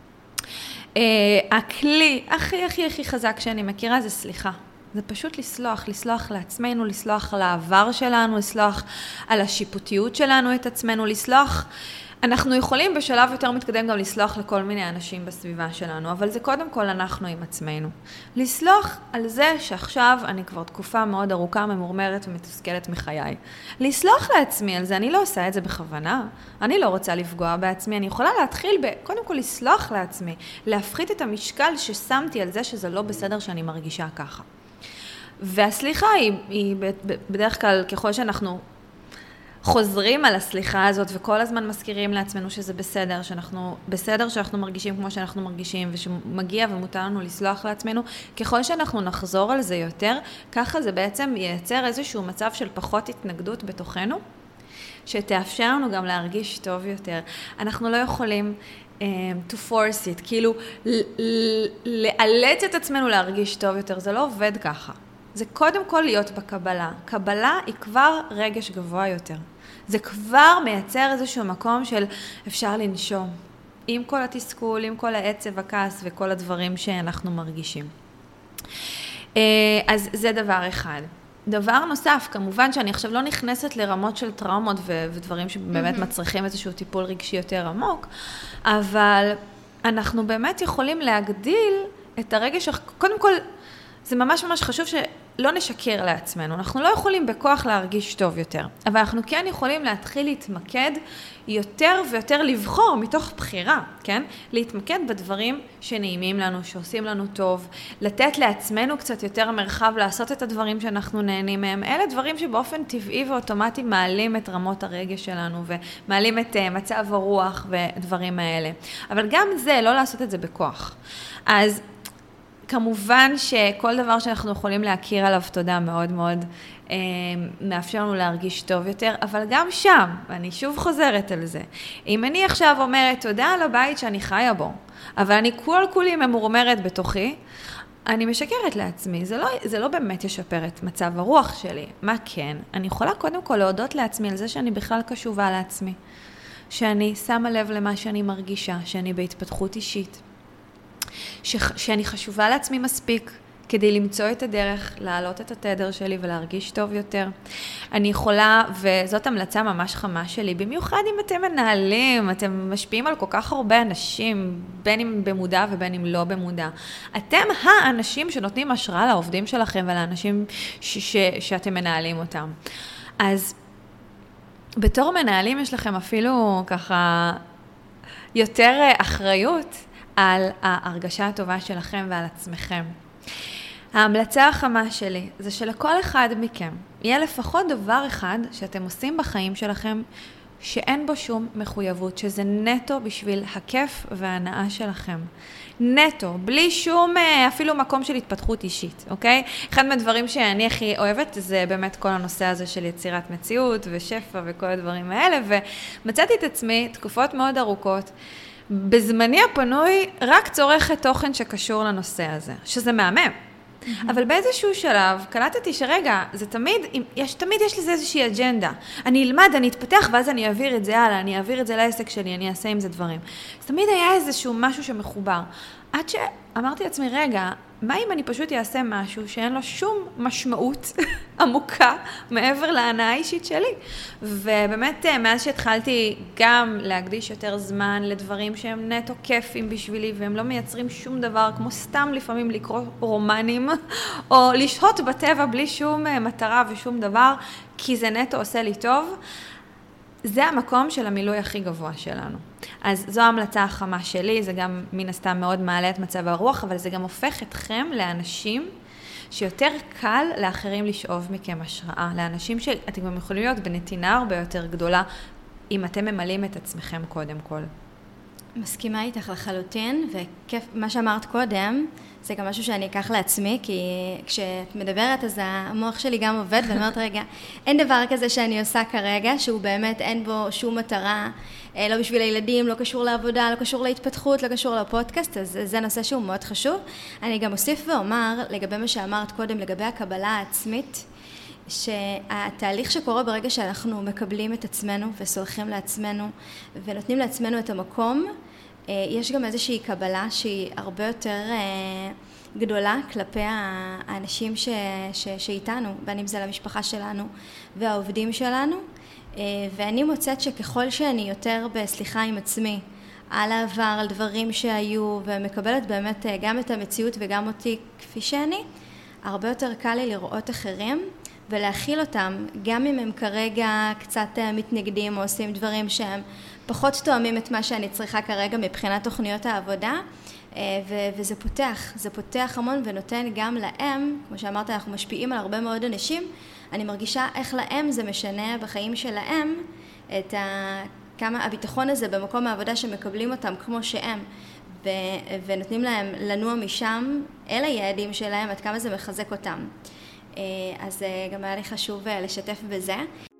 הכלי הכי חזק שאני מכירה זה סליחה. זה פשוט לסלוח לעצמנו, לסלוח על העבר שלנו, לסלוח על השיפוטיות שלנו את עצמנו, לסלוח. אנחנו יכולים בשלב יותר מתקדם גם לסלוח לכל מיני אנשים בסביבה שלנו, אבל זה קודם כל אנחנו עם עצמנו. לסלוח על זה שעכשיו אני כבר תקופה מאוד ארוכה, ממורמרת ומתוסכלת מחיי. לסלוח לעצמי על זה, אני לא עושה את זה בכוונה, אני לא רוצה לפגוע בעצמי, אני יכולה להתחיל קודם כל לסלוח לעצמי, להפחית את המשקל ששמתי על זה שזה לא בסדר שאני מרגישה ככה. והסליחה היא בדרך כלל ככל שאנחנו חוזרים על הסליחה הזאת וכל הזמן מזכירים לעצמנו שזה בסדר, שאנחנו מרגישים כמו שאנחנו מרגישים ושמגיע ומותר לנו לסלוח לעצמנו, ככל שאנחנו נחזור על זה יותר, ככה זה בעצם ייצר איזשהו מצב של פחות התנגדות בתוכנו, שתאפשר לנו גם להרגיש טוב יותר. אנחנו לא יכולים to force it, כאילו לאלץ את עצמנו להרגיש טוב יותר, זה לא עובד ככה. זה קודם כל להיות בקבלה. קבלה היא כבר רגש גבוה יותר. זה כבר מייצר איזשהו מקום של אפשר לנשום. עם כל התסכול, עם כל העצב, הכעס וכל הדברים שאנחנו מרגישים. אז זה דבר אחד. דבר נוסף, כמובן שאני עכשיו לא נכנסת לרמות של טראומות ודברים שבאמת מצריכים איזשהו טיפול רגשי יותר עמוק, אבל אנחנו באמת יכולים להגדיל את הרגש, קודם כל, זה ממש חשוב שלא נשקר לעצמנו. אנחנו לא יכולים בכוח להרגיש טוב יותר, אבל אנחנו כן יכולים להתחיל להתמקד יותר ויותר לבחור מתוך בחירה, כן? להתמקד בדברים שנעימים לנו, שעושים לנו טוב, לתת לעצמנו קצת יותר מרחב לעשות את הדברים שאנחנו נהנים מהם. אלה דברים שבאופן טבעי ואוטומטי מעלים את רמות הרגש שלנו ומעלים את מצב הרוח ודברים האלה. אבל גם זה, לא לעשות את זה בכוח. אז כמובן שכל דבר שאנחנו יכולים להכיר עליו תודה מאוד מאפשר לנו להרגיש טוב יותר, אבל גם שם, ואני שוב חוזרת על זה, אם אני עכשיו אומרת תודה על הבית שאני חיה בו, אבל אני כולי ממורמרת בתוכי, אני משקרת לעצמי, זה לא באמת ישפר את מצב הרוח שלי. מה כן? אני יכולה קודם כל להודות לעצמי על זה שאני בכלל קשובה לעצמי, שאני שמה לב למה שאני מרגישה, שאני בהתפתחות אישית, שאני חשובה לעצמי מספיק כדי למצוא את הדרך, להעלות את התדר שלי ולהרגיש טוב יותר. אני יכולה, וזאת המלצה ממש חמה שלי, במיוחד אם אתם מנהלים, אתם משפיעים על כל כך הרבה אנשים, בין אם במודע ובין אם לא במודע. אתם האנשים שנותנים השראה לעובדים שלכם ולאנשים שאתם מנהלים אותם. אז בתור מנהלים יש לכם אפילו ככה יותר אחריות על ההרגשה הטובה שלכם ועל עצמכם. ההמלצה החמה שלי זה שלכל אחד מכם יהיה לפחות דבר אחד שאתם עושים בחיים שלכם שאין בו שום מחויבות, שזה נטו בשביל הכיף וההנאה שלכם. נטו, בלי שום אפילו מקום של התפתחות אישית, אוקיי? אחד מהדברים שאני הכי אוהבת זה באמת כל הנושא הזה של יצירת מציאות ושפע וכל הדברים האלה, ומצאתי את עצמי תקופות מאוד ארוכות בזמני הפנוי רק צורכת תוכן שקשור לנושא הזה, שזה מהמם. אבל באיזשהו שלב קלטתי שרגע, זה תמיד יש לזה איזושהי אג'נדה. אני אלמד, אני אתפתח, ואז אני אעביר את זה הלאה, אני אעביר את זה לעסק שלי, אני אעשה עם זה דברים. אז תמיד היה איזשהו משהו שמחובר. עד שאמרתי לעצמי, רגע, מה אם אני פשוט אעשה משהו שאין לו שום משמעות עמוקה מעבר להנאה האישית שלי? ובאמת, מאז שהתחלתי גם להקדיש יותר זמן לדברים שהם נטו כיפים בשבילי, והם לא מייצרים שום דבר, כמו סתם לפעמים לקרוא רומנים, או לשהות בטבע בלי שום מטרה ושום דבר, כי זה נטו עושה לי טוב, זה המקום של המילוי הכי גבוה שלנו. אז זו ההמלצה החמה שלי, זה גם מן הסתם מאוד מעלה את מצב הרוח, אבל זה גם הופך אתכם לאנשים שיותר קל לאחרים לשאוב מכם השראה, לאנשים שאתם גם יכולים להיות בנתינה הרבה יותר גדולה, אם אתם ממלאים את עצמכם קודם כל. מסכימה איתך לחלוטין, וכיף, מה שאמרת קודם, זה גם משהו שאני אקח לעצמי, כי כשאת מדברת אז המוח שלי גם עובד, ואני אומרת רגע, אין דבר כזה שאני עושה כרגע, שהוא באמת אין בו שום מטרה, לא בשביל הילדים, לא קשור לעבודה, לא קשור להתפתחות, לא קשור לפודקאסט, אז זה נושא שהוא מאוד חשוב. אני גם אוסיף ואומר, לגבי מה שאמרת קודם, לגבי הקבלה העצמית, שהתהליך שקורה ברגע שאנחנו מקבלים את עצמנו וסולחים לעצמנו ונותנים לעצמנו את המקום, יש גם איזושהי קבלה שהיא הרבה יותר גדולה כלפי האנשים שאיתנו, בין אם זה למשפחה שלנו והעובדים שלנו, ואני מוצאת שככל שאני יותר בסליחה עם עצמי על העבר, על דברים שהיו, ומקבלת באמת גם את המציאות וגם אותי כפי שאני, הרבה יותר קל לי לראות אחרים ולהכיל אותם, גם אם הם כרגע קצת מתנגדים או עושים דברים שהם פחות תואמים את מה שאני צריכה כרגע מבחינת תוכניות העבודה, וזה פותח, זה פותח המון ונותן גם להם, כמו שאמרת, אנחנו משפיעים על הרבה מאוד אנשים, אני מרגישה איך להם זה משנה בחיים שלהם, את כמה הביטחון הזה במקום העבודה שמקבלים אותם כמו שהם, ונותנים להם לנוע משם אל היעדים שלהם, עד כמה זה מחזק אותם. אז גם היה לי חשוב לשתף בזה.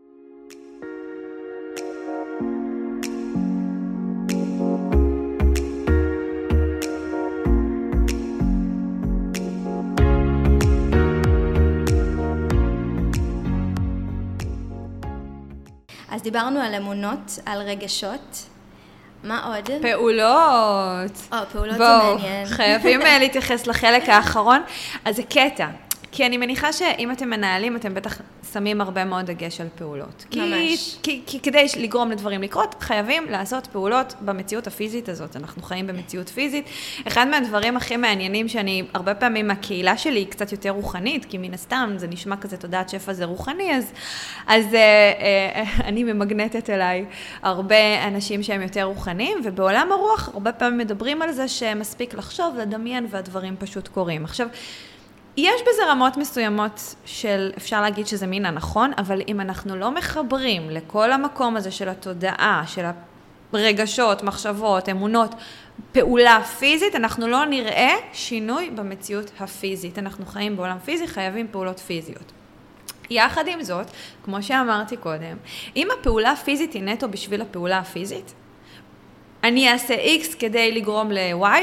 אז דיברנו על אמונות, על רגשות. מה עוד? פעולות. פעולות זה מעניין. חייבים להתייחס לחלק האחרון. אז זה קטע. כי אני מניחה שאם אתם מנהלים, אתם בטח שמים הרבה מאוד דגש על פעולות. ממש. כי כדי לגרום לדברים לקרות, חייבים לעשות פעולות במציאות הפיזית הזאת. אנחנו חיים במציאות פיזית. אחד מהדברים הכי מעניינים שאני, הרבה פעמים הקהילה שלי היא קצת יותר רוחנית, כי מן הסתם זה נשמע כזה תודעת שפע זה רוחני, אז אני ממגנטת אליי הרבה אנשים שהם יותר רוחניים, ובעולם הרוח הרבה פעמים מדברים על זה שמספיק לחשוב, לדמיין, והדברים פשוט קורים. עכשיו, יש בזה רמות מסוימות של, אפשר להגיד שזה מין הנכון, אבל אם אנחנו לא מחברים לכל המקום הזה של התודעה, של הרגשות, מחשבות, אמונות, פעולה פיזית, אנחנו לא נראה שינוי במציאות הפיזית. אנחנו חיים בעולם פיזי, חייבים פעולות פיזיות. יחד עם זאת, כמו שאמרתי קודם, אם הפעולה הפיזית היא נטו בשביל הפעולה הפיזית, אני אעשה X כדי לגרום ל-Y,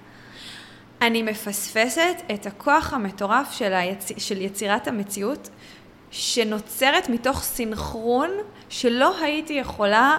אני מפספסת את הכוח המטורף של יצירת המציאות, שנוצרת מתוך סינכרון שלא הייתי יכולה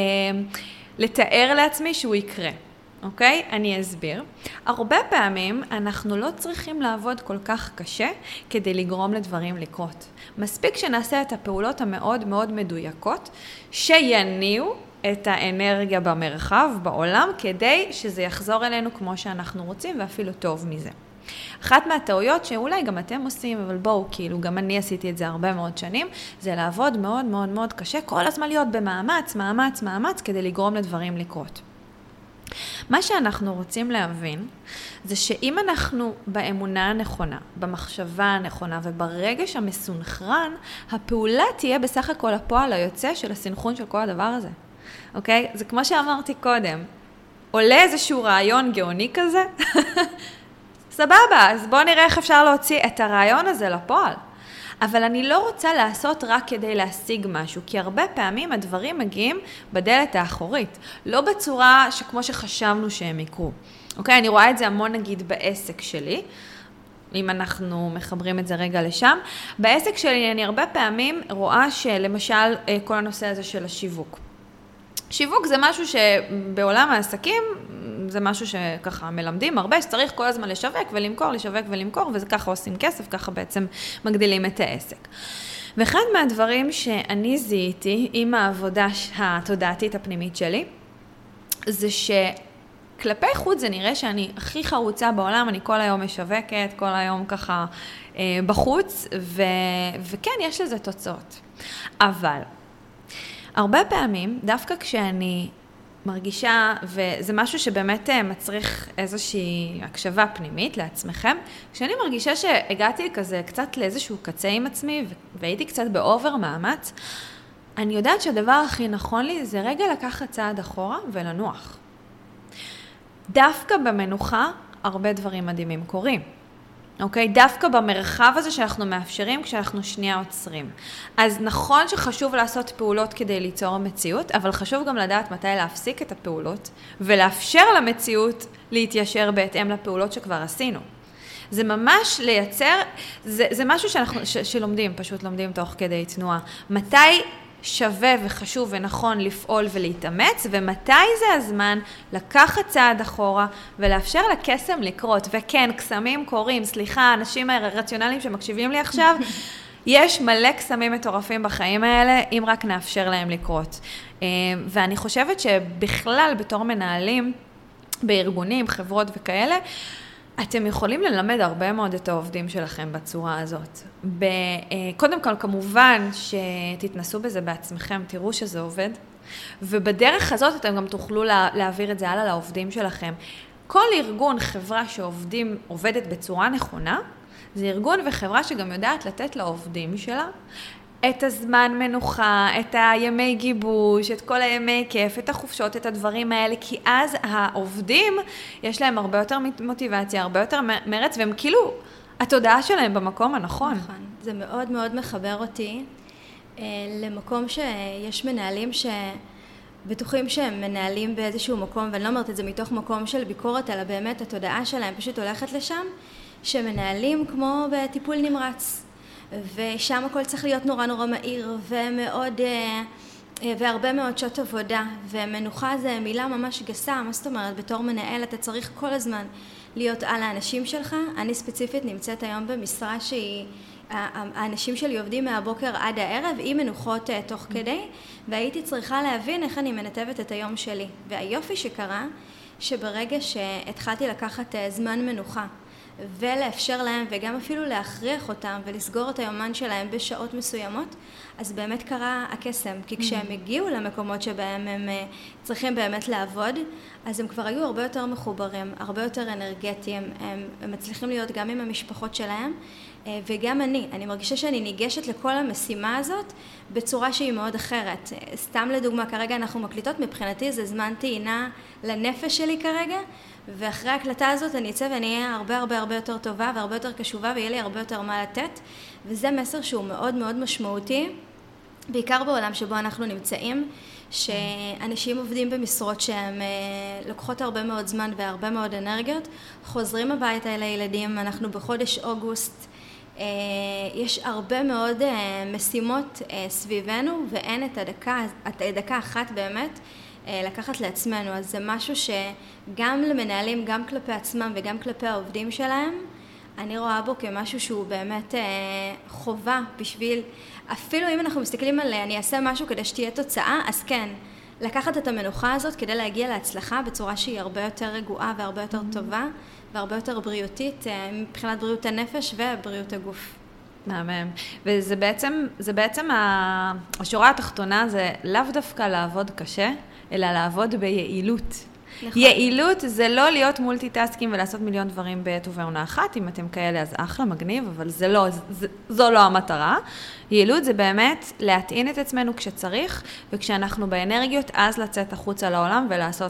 לתאר לעצמי שהוא יקרה. אוקיי? אני אסביר. הרבה פעמים אנחנו לא צריכים לעבוד כל כך קשה כדי לגרום לדברים לקרות. מספיק שנעשה את הפעולות המאוד מאוד מדויקות, שיניעו את האנרגיה במרחב, בעולם, כדי שזה יחזור אלינו כמו שאנחנו רוצים, ואפילו טוב מזה. אחת מהטעויות שאולי גם אתם עושים, אבל בואו, כאילו, גם אני עשיתי את זה הרבה מאוד שנים, זה לעבוד מאוד מאוד מאוד קשה, כל הזמן להיות במאמץ, מאמץ, מאמץ, כדי לגרום לדברים לקרות. מה שאנחנו רוצים להבין, זה שאם אנחנו באמונה הנכונה, במחשבה הנכונה וברגש המסונכרן, הפעולה תהיה בסך הכל הפועל היוצא של הסנכרון של כל הדבר הזה. אוקיי? זה כמו שאמרתי קודם, עולה איזשהו רעיון גאוני כזה, סבבה, אז בואו נראה איך אפשר להוציא את הרעיון הזה לפועל. אבל אני לא רוצה לעשות רק כדי להשיג משהו, כי הרבה פעמים הדברים מגיעים בדלת האחורית, לא בצורה שכמו שחשבנו שהם יקרו. אוקיי? אני רואה את זה המון נגיד בעסק שלי, אם אנחנו מחברים את זה רגע לשם. בעסק שלי אני הרבה פעמים רואה שלמשל כל הנושא הזה של השיווק. שיווק זה משהו שבעולם העסקים, זה משהו שככה מלמדים הרבה, שצריך כל הזמן לשווק ולמכור, לשווק ולמכור, וזה ככה עושים כסף, ככה בעצם מגדילים את העסק. ואחד מהדברים שאני זיהיתי עם העבודה התודעתית הפנימית שלי, זה שכלפי חוץ זה נראה שאני הכי חרוצה בעולם, אני כל היום משווקת, כל היום ככה בחוץ, וכן, יש לזה תוצאות. אבל הרבה פעמים, דווקא כשאני מרגישה, וזה משהו שבאמת מצריך איזושהי הקשבה פנימית לעצמכם, כשאני מרגישה שהגעתי כזה קצת לאיזשהו קצה עם עצמי, והייתי קצת באובר מאמץ, אני יודעת שהדבר הכי נכון לי זה רגע לקחת צעד אחורה ולנוח. דווקא במנוחה הרבה דברים מדהימים קורים. אוקיי? דווקא במרחב הזה שאנחנו מאפשרים כשאנחנו שנייה עוצרים. אז נכון שחשוב לעשות פעולות כדי ליצור מציאות, אבל חשוב גם לדעת מתי להפסיק את הפעולות, ולאפשר למציאות להתיישר בהתאם לפעולות שכבר עשינו. זה ממש לייצר, זה משהו שלומדים, פשוט לומדים תוך כדי תנועה. מתי שווה וחשוב ונכון לפעול ולהתאמץ, ומתי זה הזמן לקחת צעד אחורה ולאפשר לקסם לקרות. וכן, קסמים קורים, סליחה, אנשים הרציונליים שמקשיבים לי עכשיו, יש מלא קסמים מטורפים בחיים האלה, אם רק נאפשר להם לקרות. ואני חושבת שבכלל בתור מנהלים, בארגונים, חברות וכאלה, אתם יכולים ללמד הרבה מאוד את העובדים שלכם בצורה הזאת. קודם כל, כמובן שתתנסו בזה בעצמכם, תראו שזה עובד, ובדרך הזאת אתם גם תוכלו להעביר את זה הלאה לעובדים שלכם. כל ארגון, חברה שעובדת בצורה נכונה, זה ארגון וחברה שגם יודעת לתת לעובדים שלה את הזמן מנוחה, את הימי גיבוש, את כל הימי כיף, את החופשות, את הדברים האלה, כי אז העובדים, יש להם הרבה יותר מוטיבציה, הרבה יותר מרץ, והם כאילו, התודעה שלהם במקום הנכון. נכון. זה מאוד מאוד מחבר אותי למקום שיש מנהלים שבטוחים שהם מנהלים באיזשהו מקום, ואני לא אומרת את זה מתוך מקום של ביקורת, אלא באמת התודעה שלהם פשוט הולכת לשם, שמנהלים כמו בטיפול נמרץ. ושם הכל צריך להיות נורא נורא מהיר ומאוד, והרבה מאוד שעות עבודה, ומנוחה זה מילה ממש גסה. מה זאת אומרת? בתור מנהל אתה צריך כל הזמן להיות על האנשים שלך. אני ספציפית נמצאת היום במשרה האנשים שלי עובדים מהבוקר עד הערב עם מנוחות תוך כדי, והייתי צריכה להבין איך אני מנתבת את היום שלי. והיופי שקרה שברגע שהתחלתי לקחת זמן מנוחה ולאפשר להם וגם אפילו להכריח אותם ולסגור את היומן שלהם בשעות מסוימות, אז באמת קרה הקסם, כי כשהם הגיעו למקומות שבהם הם צריכים באמת לעבוד, אז הם כבר היו הרבה יותר מחוברים, הרבה יותר אנרגטיים, הם מצליחים להיות גם עם המשפחות שלהם, וגם אני מרגישה שאני ניגשת לכל המשימה הזאת בצורה שהיא מאוד אחרת. סתם לדוגמה, כרגע אנחנו מקליטות, מבחינתי זה זמן טעינה לנפש שלי כרגע, ואחרי ההקלטה הזאת אני אצא ואני אהיה הרבה הרבה הרבה יותר טובה והרבה יותר קשובה, ויהיה לי הרבה יותר מה לתת, וזה מסר שהוא מאוד מאוד משמעותי, בעיקר בעולם שבו אנחנו נמצאים, שאנשים עובדים במשרות שהן לוקחות הרבה מאוד זמן והרבה מאוד אנרגיות, חוזרים הביתה אל הילדים, אנחנו בחודש אוגוסט, יש הרבה מאוד משימות סביבנו, ואין את הדקה אחת באמת לקחת לעצמנו. אז זה משהו שגם למנהלים, גם כלפי עצמם וגם כלפי העובדים שלהם, אני רואה בו כמשהו שהוא באמת חובה בשביל, אפילו אם אנחנו מסתכלים על אני אעשה משהו כדי שתהיה תוצאה, אז כן, לקחת את המנוחה הזאת כדי להגיע להצלחה בצורה שהיא הרבה יותר רגועה והרבה יותר טובה והרבה יותר בריאותית מבחינת בריאות הנפש ובריאות הגוף. מהמם. וזה בעצם השורה התחתונה זה לאו דווקא לעבוד קשה, אלא לעבוד ביעילות. נכון. יעילות זה לא להיות מולטיטאסקים ולעשות מיליון דברים בעת ובעונה אחת, אם אתם כאלה אז אחלה, מגניב, אבל זו לא המטרה. יעילות זה באמת להטעין את עצמנו כשצריך, וכשאנחנו באנרגיות אז לצאת החוצה לעולם ולעשות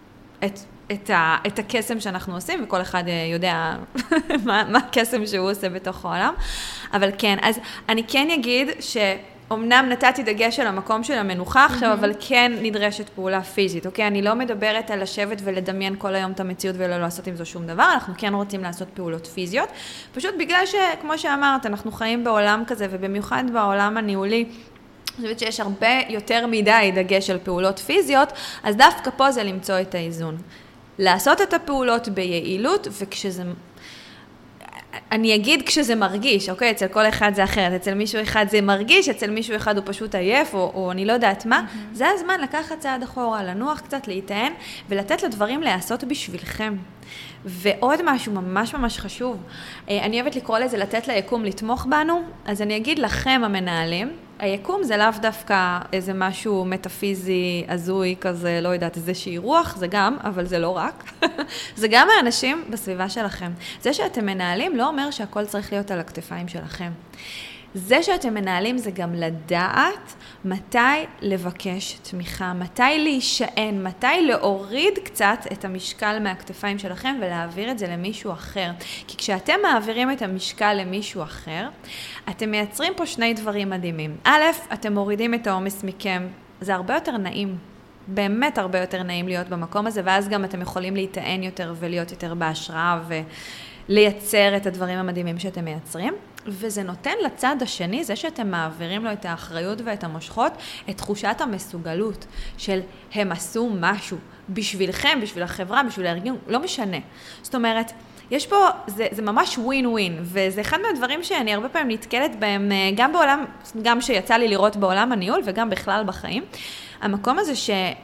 את הקסם שאנחנו עושים, וכל אחד יודע מה הקסם שהוא עושה בתוך העולם. אבל כן, אז אני כן אגיד שאומנם נתתי דגש על המקום של המנוחה עכשיו, אבל כן נדרשת פעולה פיזית, אוקיי? אני לא מדברת על לשבת ולדמיין כל היום את המציאות ולא לעשות עם זה שום דבר, אנחנו כן רוצים לעשות פעולות פיזיות, פשוט בגלל שכמו שאמרת, אנחנו חיים בעולם כזה, ובמיוחד בעולם הניהולי, אני חושבת שיש הרבה יותר מדי דגש על פעולות פיזיות, אז דווקא פה זה למצוא את האיזון. לעשות את הפעולות ביעילות, וכשזה, אני אגיד כשזה מרגיש, אוקיי? אצל כל אחד זה אחרת, אצל מישהו אחד זה מרגיש, אצל מישהו אחד הוא פשוט עייף, או אני לא יודעת מה, זה הזמן לקחת צעד אחורה, לנוח קצת, להיטען, ולתת לדברים לעשות בשבילכם. ועוד משהו ממש ממש חשוב, אני אוהבת לקרוא לזה לתת ליקום לתמוך בנו, אז אני אגיד לכם המנהלים, היקום זה לאו דווקא איזה משהו מטאפיזי, הזוי כזה, לא יודעת, איזושהי רוח, זה גם, אבל זה לא רק. זה גם האנשים בסביבה שלכם. זה שאתם מנהלים לא אומר שהכל צריך להיות על הכתפיים שלכם. זה שאתם מנהלים זה גם לדעת מתי לבקש תמיכה, מתי להישען, מתי להוריד קצת את המשקל מהכתפיים שלכם ולהעביר את זה למישהו אחר. כי כשאתם מעבירים את המשקל למישהו אחר, אתם מייצרים פה שני דברים מדהימים. א', אתם מורידים את העומס מכם, זה הרבה יותר נעים. באמת הרבה יותר נעים להיות במקום הזה, ואז גם אתם יכולים להיטען יותר ולהיות יותר בהשראה ולייצר את הדברים המדהימים שאתם מייצרים. וזה נותן לצד השני, זה שאתם מעבירים לו את האחריות ואת המושכות, את תחושת המסוגלות של הם עשו משהו בשבילכם, בשביל החברה, בשביל הארגון, לא משנה. זאת אומרת, יש פה, זה ממש ווין ווין, וזה אחד מהדברים שאני הרבה פעמים נתקלת בהם, גם בעולם, גם שיצא לי לראות בעולם הניהול וגם בכלל בחיים. המקום הזה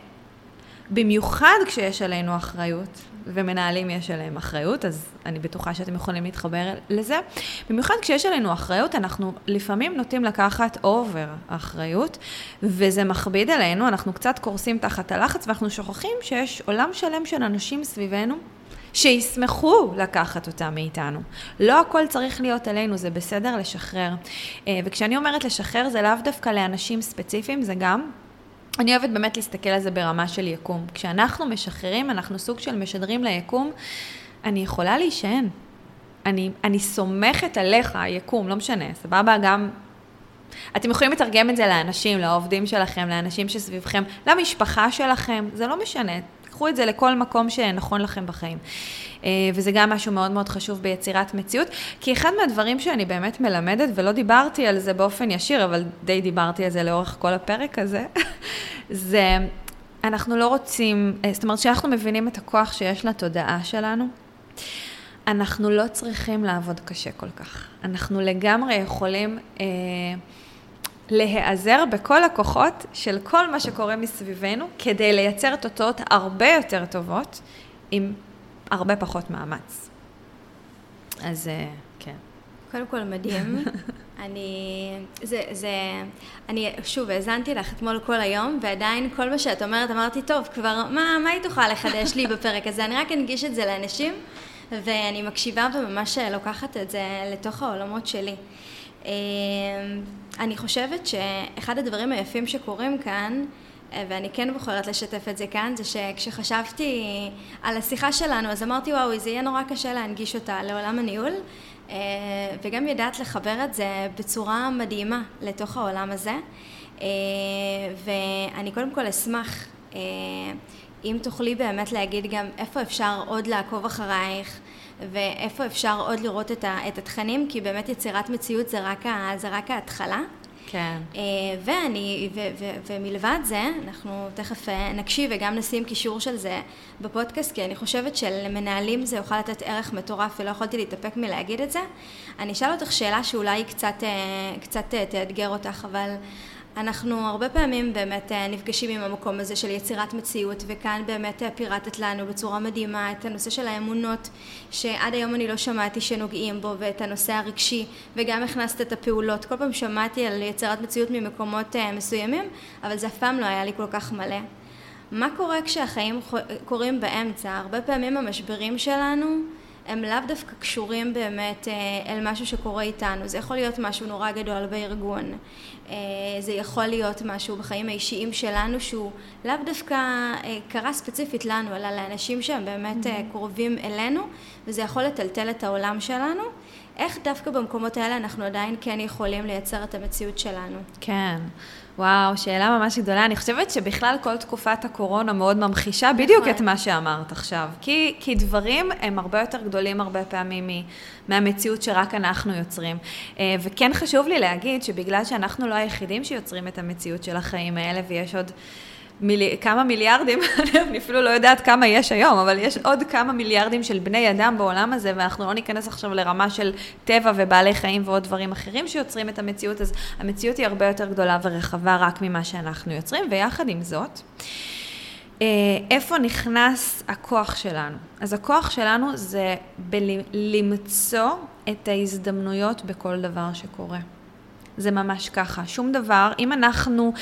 שבמיוחד כשיש עלינו אחריות, ומנהלים יש עליהם אחריות, אז אני בטוחה שאתם יכולים להתחבר לזה. במיוחד כשיש עלינו אחריות, אנחנו לפעמים נוטים לקחת אובר אחריות, וזה מכביד עלינו, אנחנו קצת קורסים תחת הלחץ, ואנחנו שוכחים שיש עולם שלם של אנשים סביבנו, שישמחו לקחת אותם מאיתנו. לא הכל צריך להיות עלינו, זה בסדר לשחרר. וכשאני אומרת לשחרר, זה לאו דווקא לאנשים ספציפיים, זה גם אני אוהבת באמת להסתכל על זה ברמה של יקום. כשאנחנו משחררים, אנחנו סוג של משדרים ליקום, אני יכולה להישען. אני סומכת עליך, היקום, לא משנה, סבבה, גם אתם יכולים לתרגם את זה לאנשים, לעובדים שלכם, לאנשים שסביבכם, למשפחה שלכם, זה לא משנה. קחו את זה לכל מקום שנכון לכם בחיים. וזה גם משהו מאוד מאוד חשוב ביצירת מציאות, כי אחד מהדברים שאני באמת מלמדת, ולא דיברתי על זה באופן ישיר, אבל די דיברתי על זה לאורך כל הפרק הזה, זה אנחנו לא רוצים, זאת אומרת שאנחנו מבינים את הכוח שיש לתודעה שלנו, אנחנו לא צריכים לעבוד קשה כל כך. אנחנו לגמרי יכולים להיעזר בכל הכוחות של כל מה שקורה מסביבנו, כדי לייצר תוצאות הרבה יותר טובות, עם הרבה פחות מאמץ. אז כן. קודם כל מדהים. אני שוב, האזנתי לך אתמול כל היום, ועדיין כל מה שאת אומרת, אמרתי, טוב, כבר, מה היא תוכל לחדש לי בפרק הזה? אני רק אנגיש את זה לאנשים, ואני מקשיבה וממש לוקחת את זה לתוך העולמות שלי. אני חושבת שאחד הדברים היפים שקורים כאן, ואני כן בוחרת לשתף את זה כאן, זה שכשחשבתי על השיחה שלנו, אז אמרתי, וואו, זה יהיה נורא קשה להנגיש אותה לעולם הניהול, וגם ידעת לחבר את זה בצורה מדהימה לתוך העולם הזה. ואני קודם כל אשמח, אם תוכלי באמת להגיד גם איפה אפשר עוד לעקוב אחרייך, ואיפה אפשר עוד לראות את התכנים, כי באמת יצירת מציאות זה רק ההתחלה. כן. ומלבד זה, אנחנו תכף נקשיב וגם נשים קישור של זה בפודקאסט, כי אני חושבת שלמנהלים זה יוכל לתת ערך מטורף, ולא יכולתי להתאפק מלהגיד את זה. אני אשאל אותך שאלה שאולי קצת תאתגר אותך, אבל אנחנו הרבה פעמים באמת נפגשים עם המקום הזה של יצירת מציאות, וכאן באמת פירטת לנו בצורה מדהימה את הנושא של האמונות, שעד היום אני לא שמעתי שנוגעים בו, ואת הנושא הרגשי, וגם הכנסת את הפעולות. כל פעם שמעתי על יצירת מציאות ממקומות מסוימים, אבל זה אף פעם לא היה לי כל כך מלא. מה קורה כשהחיים קורים באמצע? הרבה פעמים המשברים שלנו הם לאו דווקא קשורים באמת אל משהו שקורה איתנו. זה יכול להיות משהו נורא גדול בארגון. זה יכול להיות משהו בחיים האישיים שלנו שהוא לאו דווקא קרה ספציפית לנו, אלא לאנשים שהם באמת קרובים אלינו, וזה יכול לטלטל את העולם שלנו. איך דווקא במקומות האלה אנחנו עדיין כן יכולים לייצר את המציאות שלנו? כן. וואו, שאלה ממש גדולה. אני חושבת שבכלל כל תקופת הקורונה מאוד ממחישה בדיוק את מה שאמרת עכשיו. כי דברים הם הרבה יותר גדולים הרבה פעמים מהמציאות שרק אנחנו יוצרים. וכן חשוב לי להגיד שבגלל שאנחנו לא היחידים שיוצרים את המציאות של החיים האלה, ויש עוד כמה מיליארדים, אני אפילו לא יודעת כמה יש היום, אבל יש עוד כמה מיליארדים של בני אדם בעולם הזה, ואנחנו לא ניכנס עכשיו לרמה של טבע ובעלי חיים ועוד דברים אחרים שיוצרים את המציאות, אז המציאות היא הרבה יותר גדולה ורחבה רק ממה שאנחנו יוצרים, ויחד עם זאת, איפה נכנס הכוח שלנו? אז הכוח שלנו זה למצוא את ההזדמנויות בכל דבר שקורה. זה ממש ככה. שום דבר, אם אנחנו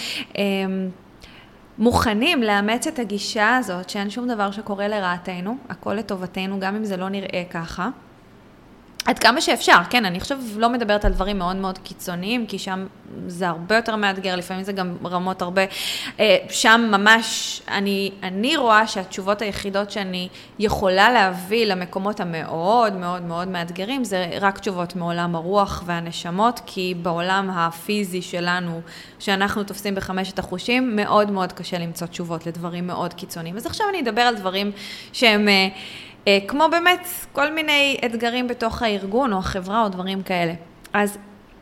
מוכנים לאמץ את הגישה הזאת, שאין שום דבר שקורה לרעתנו, הכל לטובתנו, גם אם זה לא נראה ככה, עד כמה שאפשר, כן, אני חושב לא מדברת על דברים מאוד מאוד קיצוניים, כי שם זה הרבה יותר מאתגר, לפעמים זה גם רמות הרבה, שם ממש אני רואה שהתשובות היחידות שאני יכולה להביא למקומות המאוד מאוד מאוד מאתגרים, זה רק תשובות מעולם הרוח והנשמות, כי בעולם הפיזי שלנו, שאנחנו תופסים בחמשת החושים, מאוד מאוד קשה למצוא תשובות לדברים מאוד קיצוניים. אז עכשיו אני אדבר על דברים שהם כמו באמת כל מיני אתגרים בתוך הארגון או החברה או דברים כאלה. אז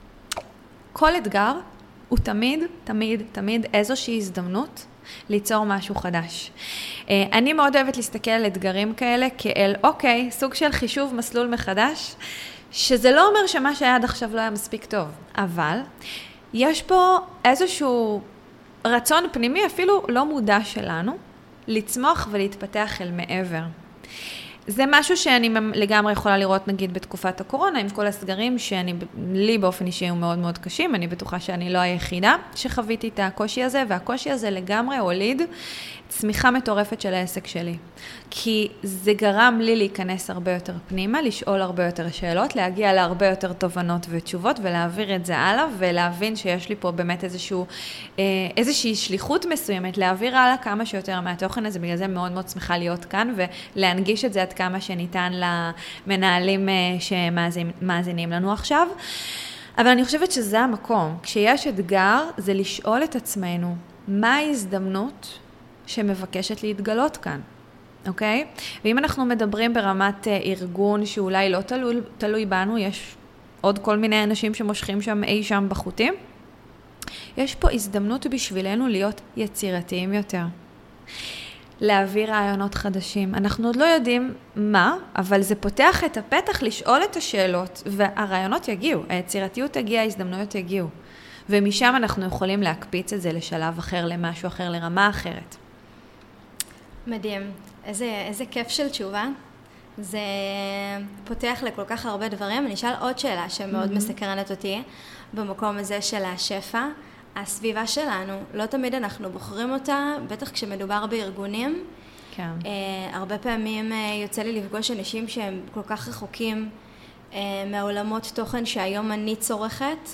כל אתגר הוא תמיד, תמיד, תמיד איזושהי הזדמנות ליצור משהו חדש. אני מאוד אוהבת להסתכל על אתגרים כאלה כאל, אוקיי, סוג של חישוב מסלול מחדש, שזה לא אומר שמה שהיה עד עכשיו לא היה מספיק טוב, אבל יש פה איזשהו רצון פנימי, אפילו לא מודע שלנו, לצמוח ולהתפתח אל מעבר. זה משהו שאני לגמרי יכולה לראות נגיד בתקופת הקורונה, עם כל הסגרים לי באופן אישי הוא מאוד מאוד קשים, אני בטוחה שאני לא היחידה שחוויתי את הקושי הזה, והקושי הזה לגמרי הוליד צמיחה מטורפת של העסק שלי. כי זה גרם לי להיכנס הרבה יותר פנימה, לשאול הרבה יותר שאלות, להגיע להרבה יותר תובנות ותשובות, ולהעביר את זה הלאה, ולהבין שיש לי פה באמת איזושהי שליחות מסוימת, להעביר הלאה כמה שיותר מהתוכן הזה, בגלל זה מאוד מאוד שמחה להיות כאן, ולהנגיש את זה עד כמה שניתן למנהלים שמאזינים לנו עכשיו. אבל אני חושבת שזה המקום. כשיש אתגר, זה לשאול את עצמנו, מה ההזדמנות שמבקשת להתגלות כאן, אוקיי? ואם אנחנו מדברים ברמת ארגון שאולי לא תלוי בנו, יש עוד כל מיני אנשים שמושכים שם אי שם בחוטים, יש פה הזדמנות בשבילנו להיות יצירתיים יותר. להביא רעיונות חדשים. אנחנו עוד לא יודעים מה, אבל זה פותח את הפתח לשאול את השאלות, והרעיונות יגיעו, היצירתיות תגיע, ההזדמנויות יגיעו. ומשם אנחנו יכולים להקפיץ את זה לשלב אחר, למשהו אחר, לרמה אחרת. מדהים. איזה כיף של תשובה. זה פותח לכל כך הרבה דברים. אני אשאל עוד שאלה שמאוד מסקרנת אותי, במקום הזה של השפע. הסביבה שלנו, לא תמיד אנחנו בוחרים אותה, בטח כשמדובר בארגונים. כן. הרבה פעמים יוצא לי לפגוש אנשים שהם כל כך רחוקים מעולמות תוכן שהיום אני צורכת,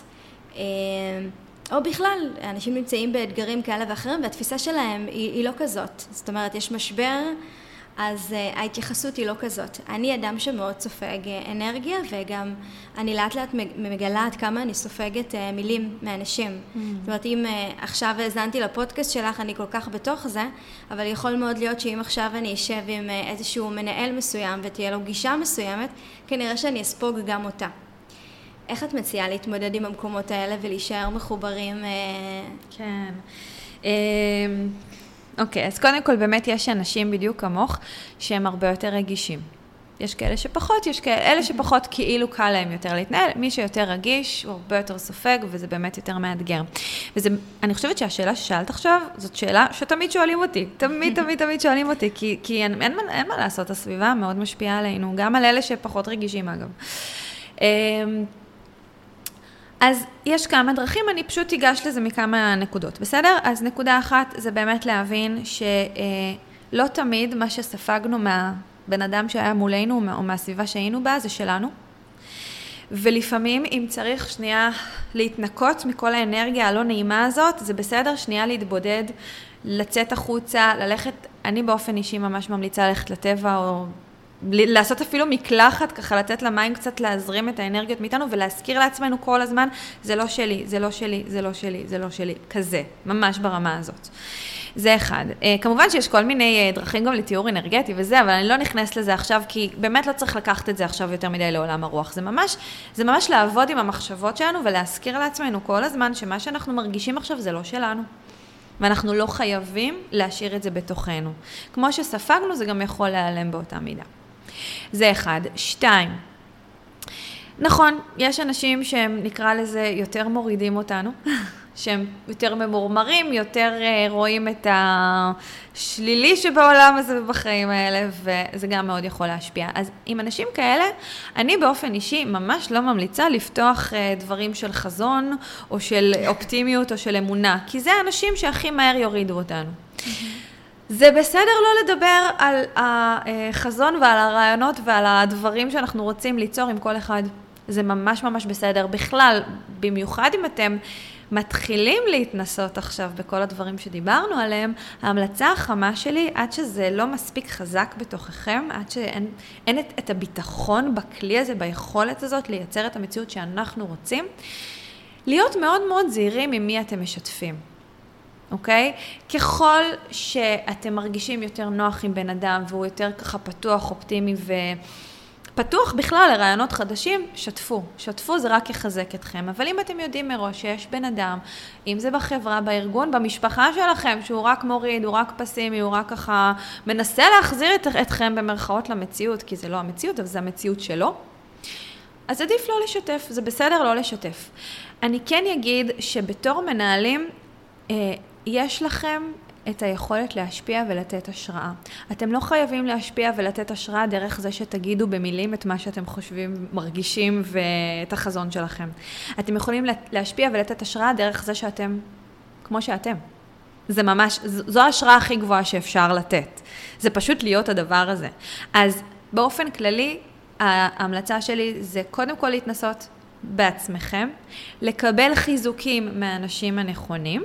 או בכלל, אנשים נמצאים באתגרים כאלה ואחרים, והתפיסה שלהם היא לא כזאת. זאת אומרת, יש משבר, אז ההתייחסות היא לא כזאת. אני אדם שמאוד סופג אנרגיה, וגם אני לאט לאט מגלה עד כמה אני סופגת מילים מאנשים. זאת אומרת, אם עכשיו הזנתי לפודקאסט שלך, אני כל כך בתוך זה, אבל יכול מאוד להיות שאם עכשיו אני אשב עם איזשהו מנהל מסוים, ותהיה לו גישה מסוימת, כנראה שאני אספוג גם אותה. איך את מציעה להתמודד עם המקומות האלה ולהישאר מחוברים? כן. אוקיי, אז קודם כל באמת יש אנשים בדיוק כמוך שהם הרבה יותר רגישים. יש כאלה שפחות, יש כאלה שפחות כאילו קל להם יותר להתנהל. מי שיותר רגיש הוא הרבה יותר סופג, וזה באמת יותר מאתגר. אני חושבת שהשאלה ששאלת עכשיו, זאת שאלה שתמיד שואלים אותי. תמיד שואלים אותי, כי אין מה לעשות, הסביבה מאוד משפיעה עלינו, גם על אלה שפחות רגישים אגב. אז יש כמה דרכים, אני פשוט אגש לזה מכמה נקודות, בסדר? אז נקודה אחת זה באמת להבין שלא תמיד מה שספגנו מהבן אדם שהיה מולנו או מהסביבה שהיינו בה זה שלנו. ולפעמים אם צריך שנייה להתנקות מכל האנרגיה הלא נעימה הזאת, זה בסדר שנייה להתבודד, לצאת החוצה, ללכת, אני באופן אישי ממש ממליצה ללכת לטבע או לעשות אפילו מקלחת, ככה לתת למים קצת להזרים את האנרגיות מאיתנו, ולהזכיר לעצמנו כל הזמן, זה לא שלי, זה לא שלי, זה לא שלי, זה לא שלי, כזה, ממש ברמה הזאת. זה אחד. כמובן שיש כל מיני דרכים גם לתיאור אנרגטי וזה, אבל אני לא נכנס לזה עכשיו, כי באמת לא צריך לקחת את זה עכשיו יותר מדי לעולם הרוח. זה ממש לעבוד עם המחשבות שלנו, ולהזכיר לעצמנו כל הזמן, שמה שאנחנו מרגישים עכשיו זה לא שלנו. ואנחנו לא חייבים להשאיר את זה בתוכנו. כמו שספגנו, זה גם יכול להיעלם באותה מידה. זה אחד. 2. נכון, יש אנשים שהם נקרא לזה יותר מורידים אותנו, שהם יותר ממורמרים, יותר רואים את השלילי שבעולם הזה ובחיים האלה, וזה גם מאוד יכול להשפיע. אז עם אנשים כאלה, אני באופן אישי ממש לא ממליצה לפתוח דברים של חזון, או של אופטימיות, או של אמונה, כי זה האנשים שהכי מהר יורידו אותנו. זה בסדר לא לדבר על החזון ועל הרעיונות ועל הדברים שאנחנו רוצים ליצור עם כל אחד. זה ממש ממש בסדר. בכלל, במיוחד אם אתם מתחילים להתנסות עכשיו בכל הדברים שדיברנו עליהם, ההמלצה החמה שלי, עד שזה לא מספיק חזק בתוככם, עד שאין את הביטחון בכלי הזה, ביכולת הזאת לייצר את המציאות שאנחנו רוצים, להיות מאוד מאוד זהירים עם מי אתם משתפים. אוקיי? ככל שאתם מרגישים יותר נוח עם בן אדם, והוא יותר ככה פתוח, אופטימי פתוח בכלל לרעיונות חדשים, שתפו, זה רק יחזק אתכם. אבל אם אתם יודעים מראש שיש בן אדם, אם זה בחברה, בארגון, במשפחה שלכם, שהוא רק מוריד, הוא רק פסימי, הוא רק ככה מנסה להחזיר אתכם במרכאות למציאות, כי זה לא המציאות, אבל זה המציאות שלו, אז עדיף לא לשתף, זה בסדר לא לשתף. אני כן אגיד שבתור מנהלים, יש לכם את היכולת להשפיע ולתת השראה. אתם לא חייבים להשפיע ולתת השראה דרך זה שתגידו במילים את מה שאתם חושבים, מרגישים ואת החזון שלכם. אתם יכולים להשפיע ולתת השראה דרך זה שאתם כמו שאתם. זה ממש, זו ההשראה הכי גבוהה שאפשר לתת. זה פשוט להיות הדבר הזה. אז באופן כללי, ההמלצה שלי זה קודם כל להתנסות בעצמכם, לקבל חיזוקים מהאנשים הנכונים,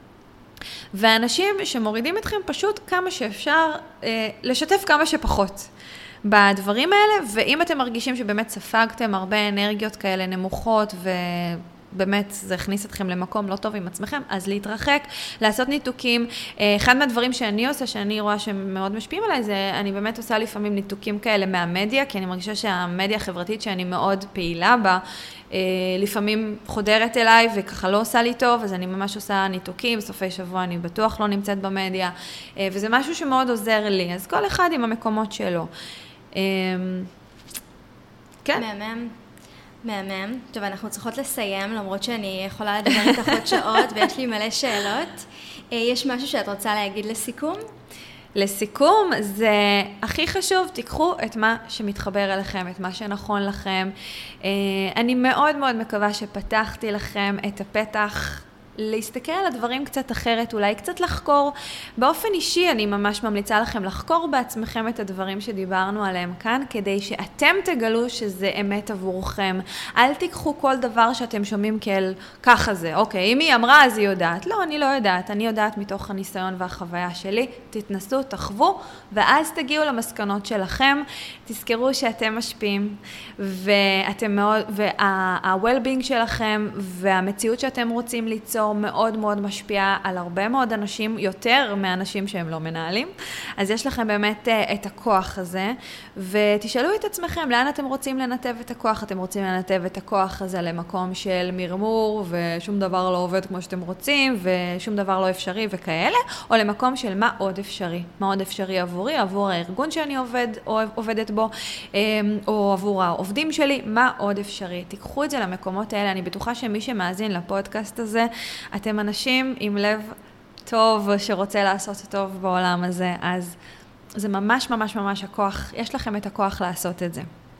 ואנשים שמורידים אתכם פשוט כמה שאפשר, לשתף כמה שפחות בדברים האלה, ואם אתם מרגישים שבאמת ספגתם הרבה אנרגיות כאלה נמוכות, ובאמת זה הכניס אתכם למקום לא טוב עם עצמכם, אז להתרחק, לעשות ניתוקים. אחד מהדברים שאני עושה, שאני רואה שהם מאוד משפיעים עליי, זה אני באמת עושה לפעמים ניתוקים כאלה מהמדיה, כי אני מרגישה שהמדיה החברתית שאני מאוד פעילה בה, לפעמים חודרת אליי וככה לא עושה לי טוב, אז אני ממש עושה ניתוקים, בסופי שבוע אני בטוח לא נמצאת במדיה, וזה משהו שמאוד עוזר לי, אז כל אחד עם המקומות שלו. כן. מהמם. טוב, אנחנו צריכות לסיים, למרות שאני יכולה לדבר איתך עוד שעות, ויש לי מלא שאלות. יש משהו שאת רוצה להגיד לסיכום? לסיכום, זה הכי חשוב, תיקחו את מה שמתחבר אליכם, את מה שנכון לכם. אני מאוד מאוד מקווה שפתחתי לכם את הפתח להסתכל על הדברים קצת אחרת, אולי קצת לחקור. באופן אישי אני ממש ממליצה לכם לחקור בעצמכם את הדברים שדיברנו עליהם כאן, כדי שאתם תגלו שזה אמת עבורכם. אל תיקחו כל דבר שאתם שומעים כאל ככה זה. אוקיי, אם היא אמרה אז היא יודעת. לא, אני לא יודעת. אני יודעת מתוך הניסיון והחוויה שלי. תתנסו, תחוו, ואז תגיעו למסקנות שלכם. תזכרו שאתם משפיעים, ואתם מאוד, וה-well-being שלכם והמציאות שאתם רוצים ליצור מאוד מאוד משפיעה על הרבה מאוד אנשים, יותר מאנשים שהם לא מנהלים. אז יש לכם באמת את הכוח הזה, ותשאלו את עצמכם, לאן אתם רוצים לנתב את הכוח? אתם רוצים לנתב את הכוח הזה למקום של מרמור, ושום דבר לא עובד כמו שאתם רוצים, ושום דבר לא אפשרי וכאלה, או למקום של מה עוד אפשרי? מה עוד אפשרי עבורי, עבור הארגון שאני עובדת בו, או עבור העובדים שלי, מה עוד אפשרי? תיקחו את זה למקומות האלה. אני בטוחה שמי שמאזין לפודקאסט הזה, אתם אנשים עם לב טוב שרוצה לעשות טוב בעולם הזה, אז זה ממש ממש ממש הכוח, יש לכם את הכוח לעשות את זה.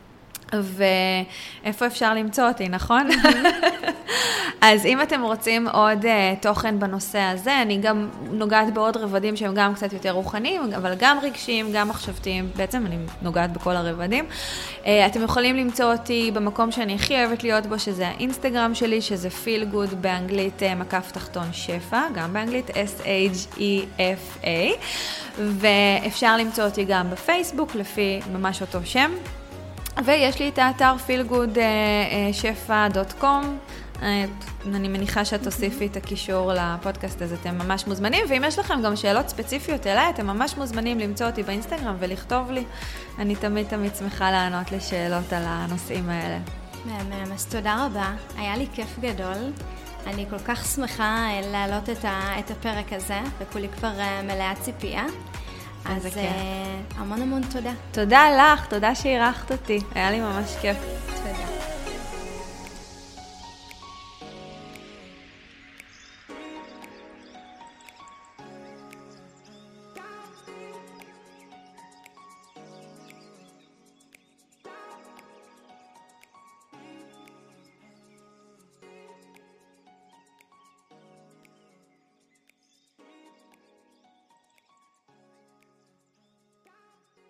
ואיפה אפשר למצוא אותי, נכון? אז אם אתם רוצים עוד תוכן בנושא הזה, אני גם נוגעת בעוד רבדים שהם גם קצת יותר רוחניים, אבל גם רגשיים, גם מחשבתיים, בעצם אני נוגעת בכל הרבדים. אתם יכולים למצוא אותי במקום שאני הכי אוהבת להיות בו, שזה האינסטגרם שלי, שזה feel good באנגלית _שפע, גם באנגלית SHEFA, ואפשר למצוא אותי גם בפייסבוק, לפי ממש אותו שם. ויש לי את האתר feelgoodsheffa.com, אני מניחה שאת תוסיפי את הקישור לפודקאסט הזה, אתם ממש מוזמנים, ואם יש לכם גם שאלות ספציפיות אליי, אתם ממש מוזמנים למצוא אותי באינסטגרם ולכתוב לי, אני תמיד שמחה לענות לשאלות על הנושאים האלה. מהמם, אז תודה רבה, היה לי כיף גדול, אני כל כך שמחה להעלות את הפרק הזה, וכולי כבר מלאה ציפייה. אז המון המון תודה. תודה לך, תודה שהירחת אותי, היה לי ממש כיף.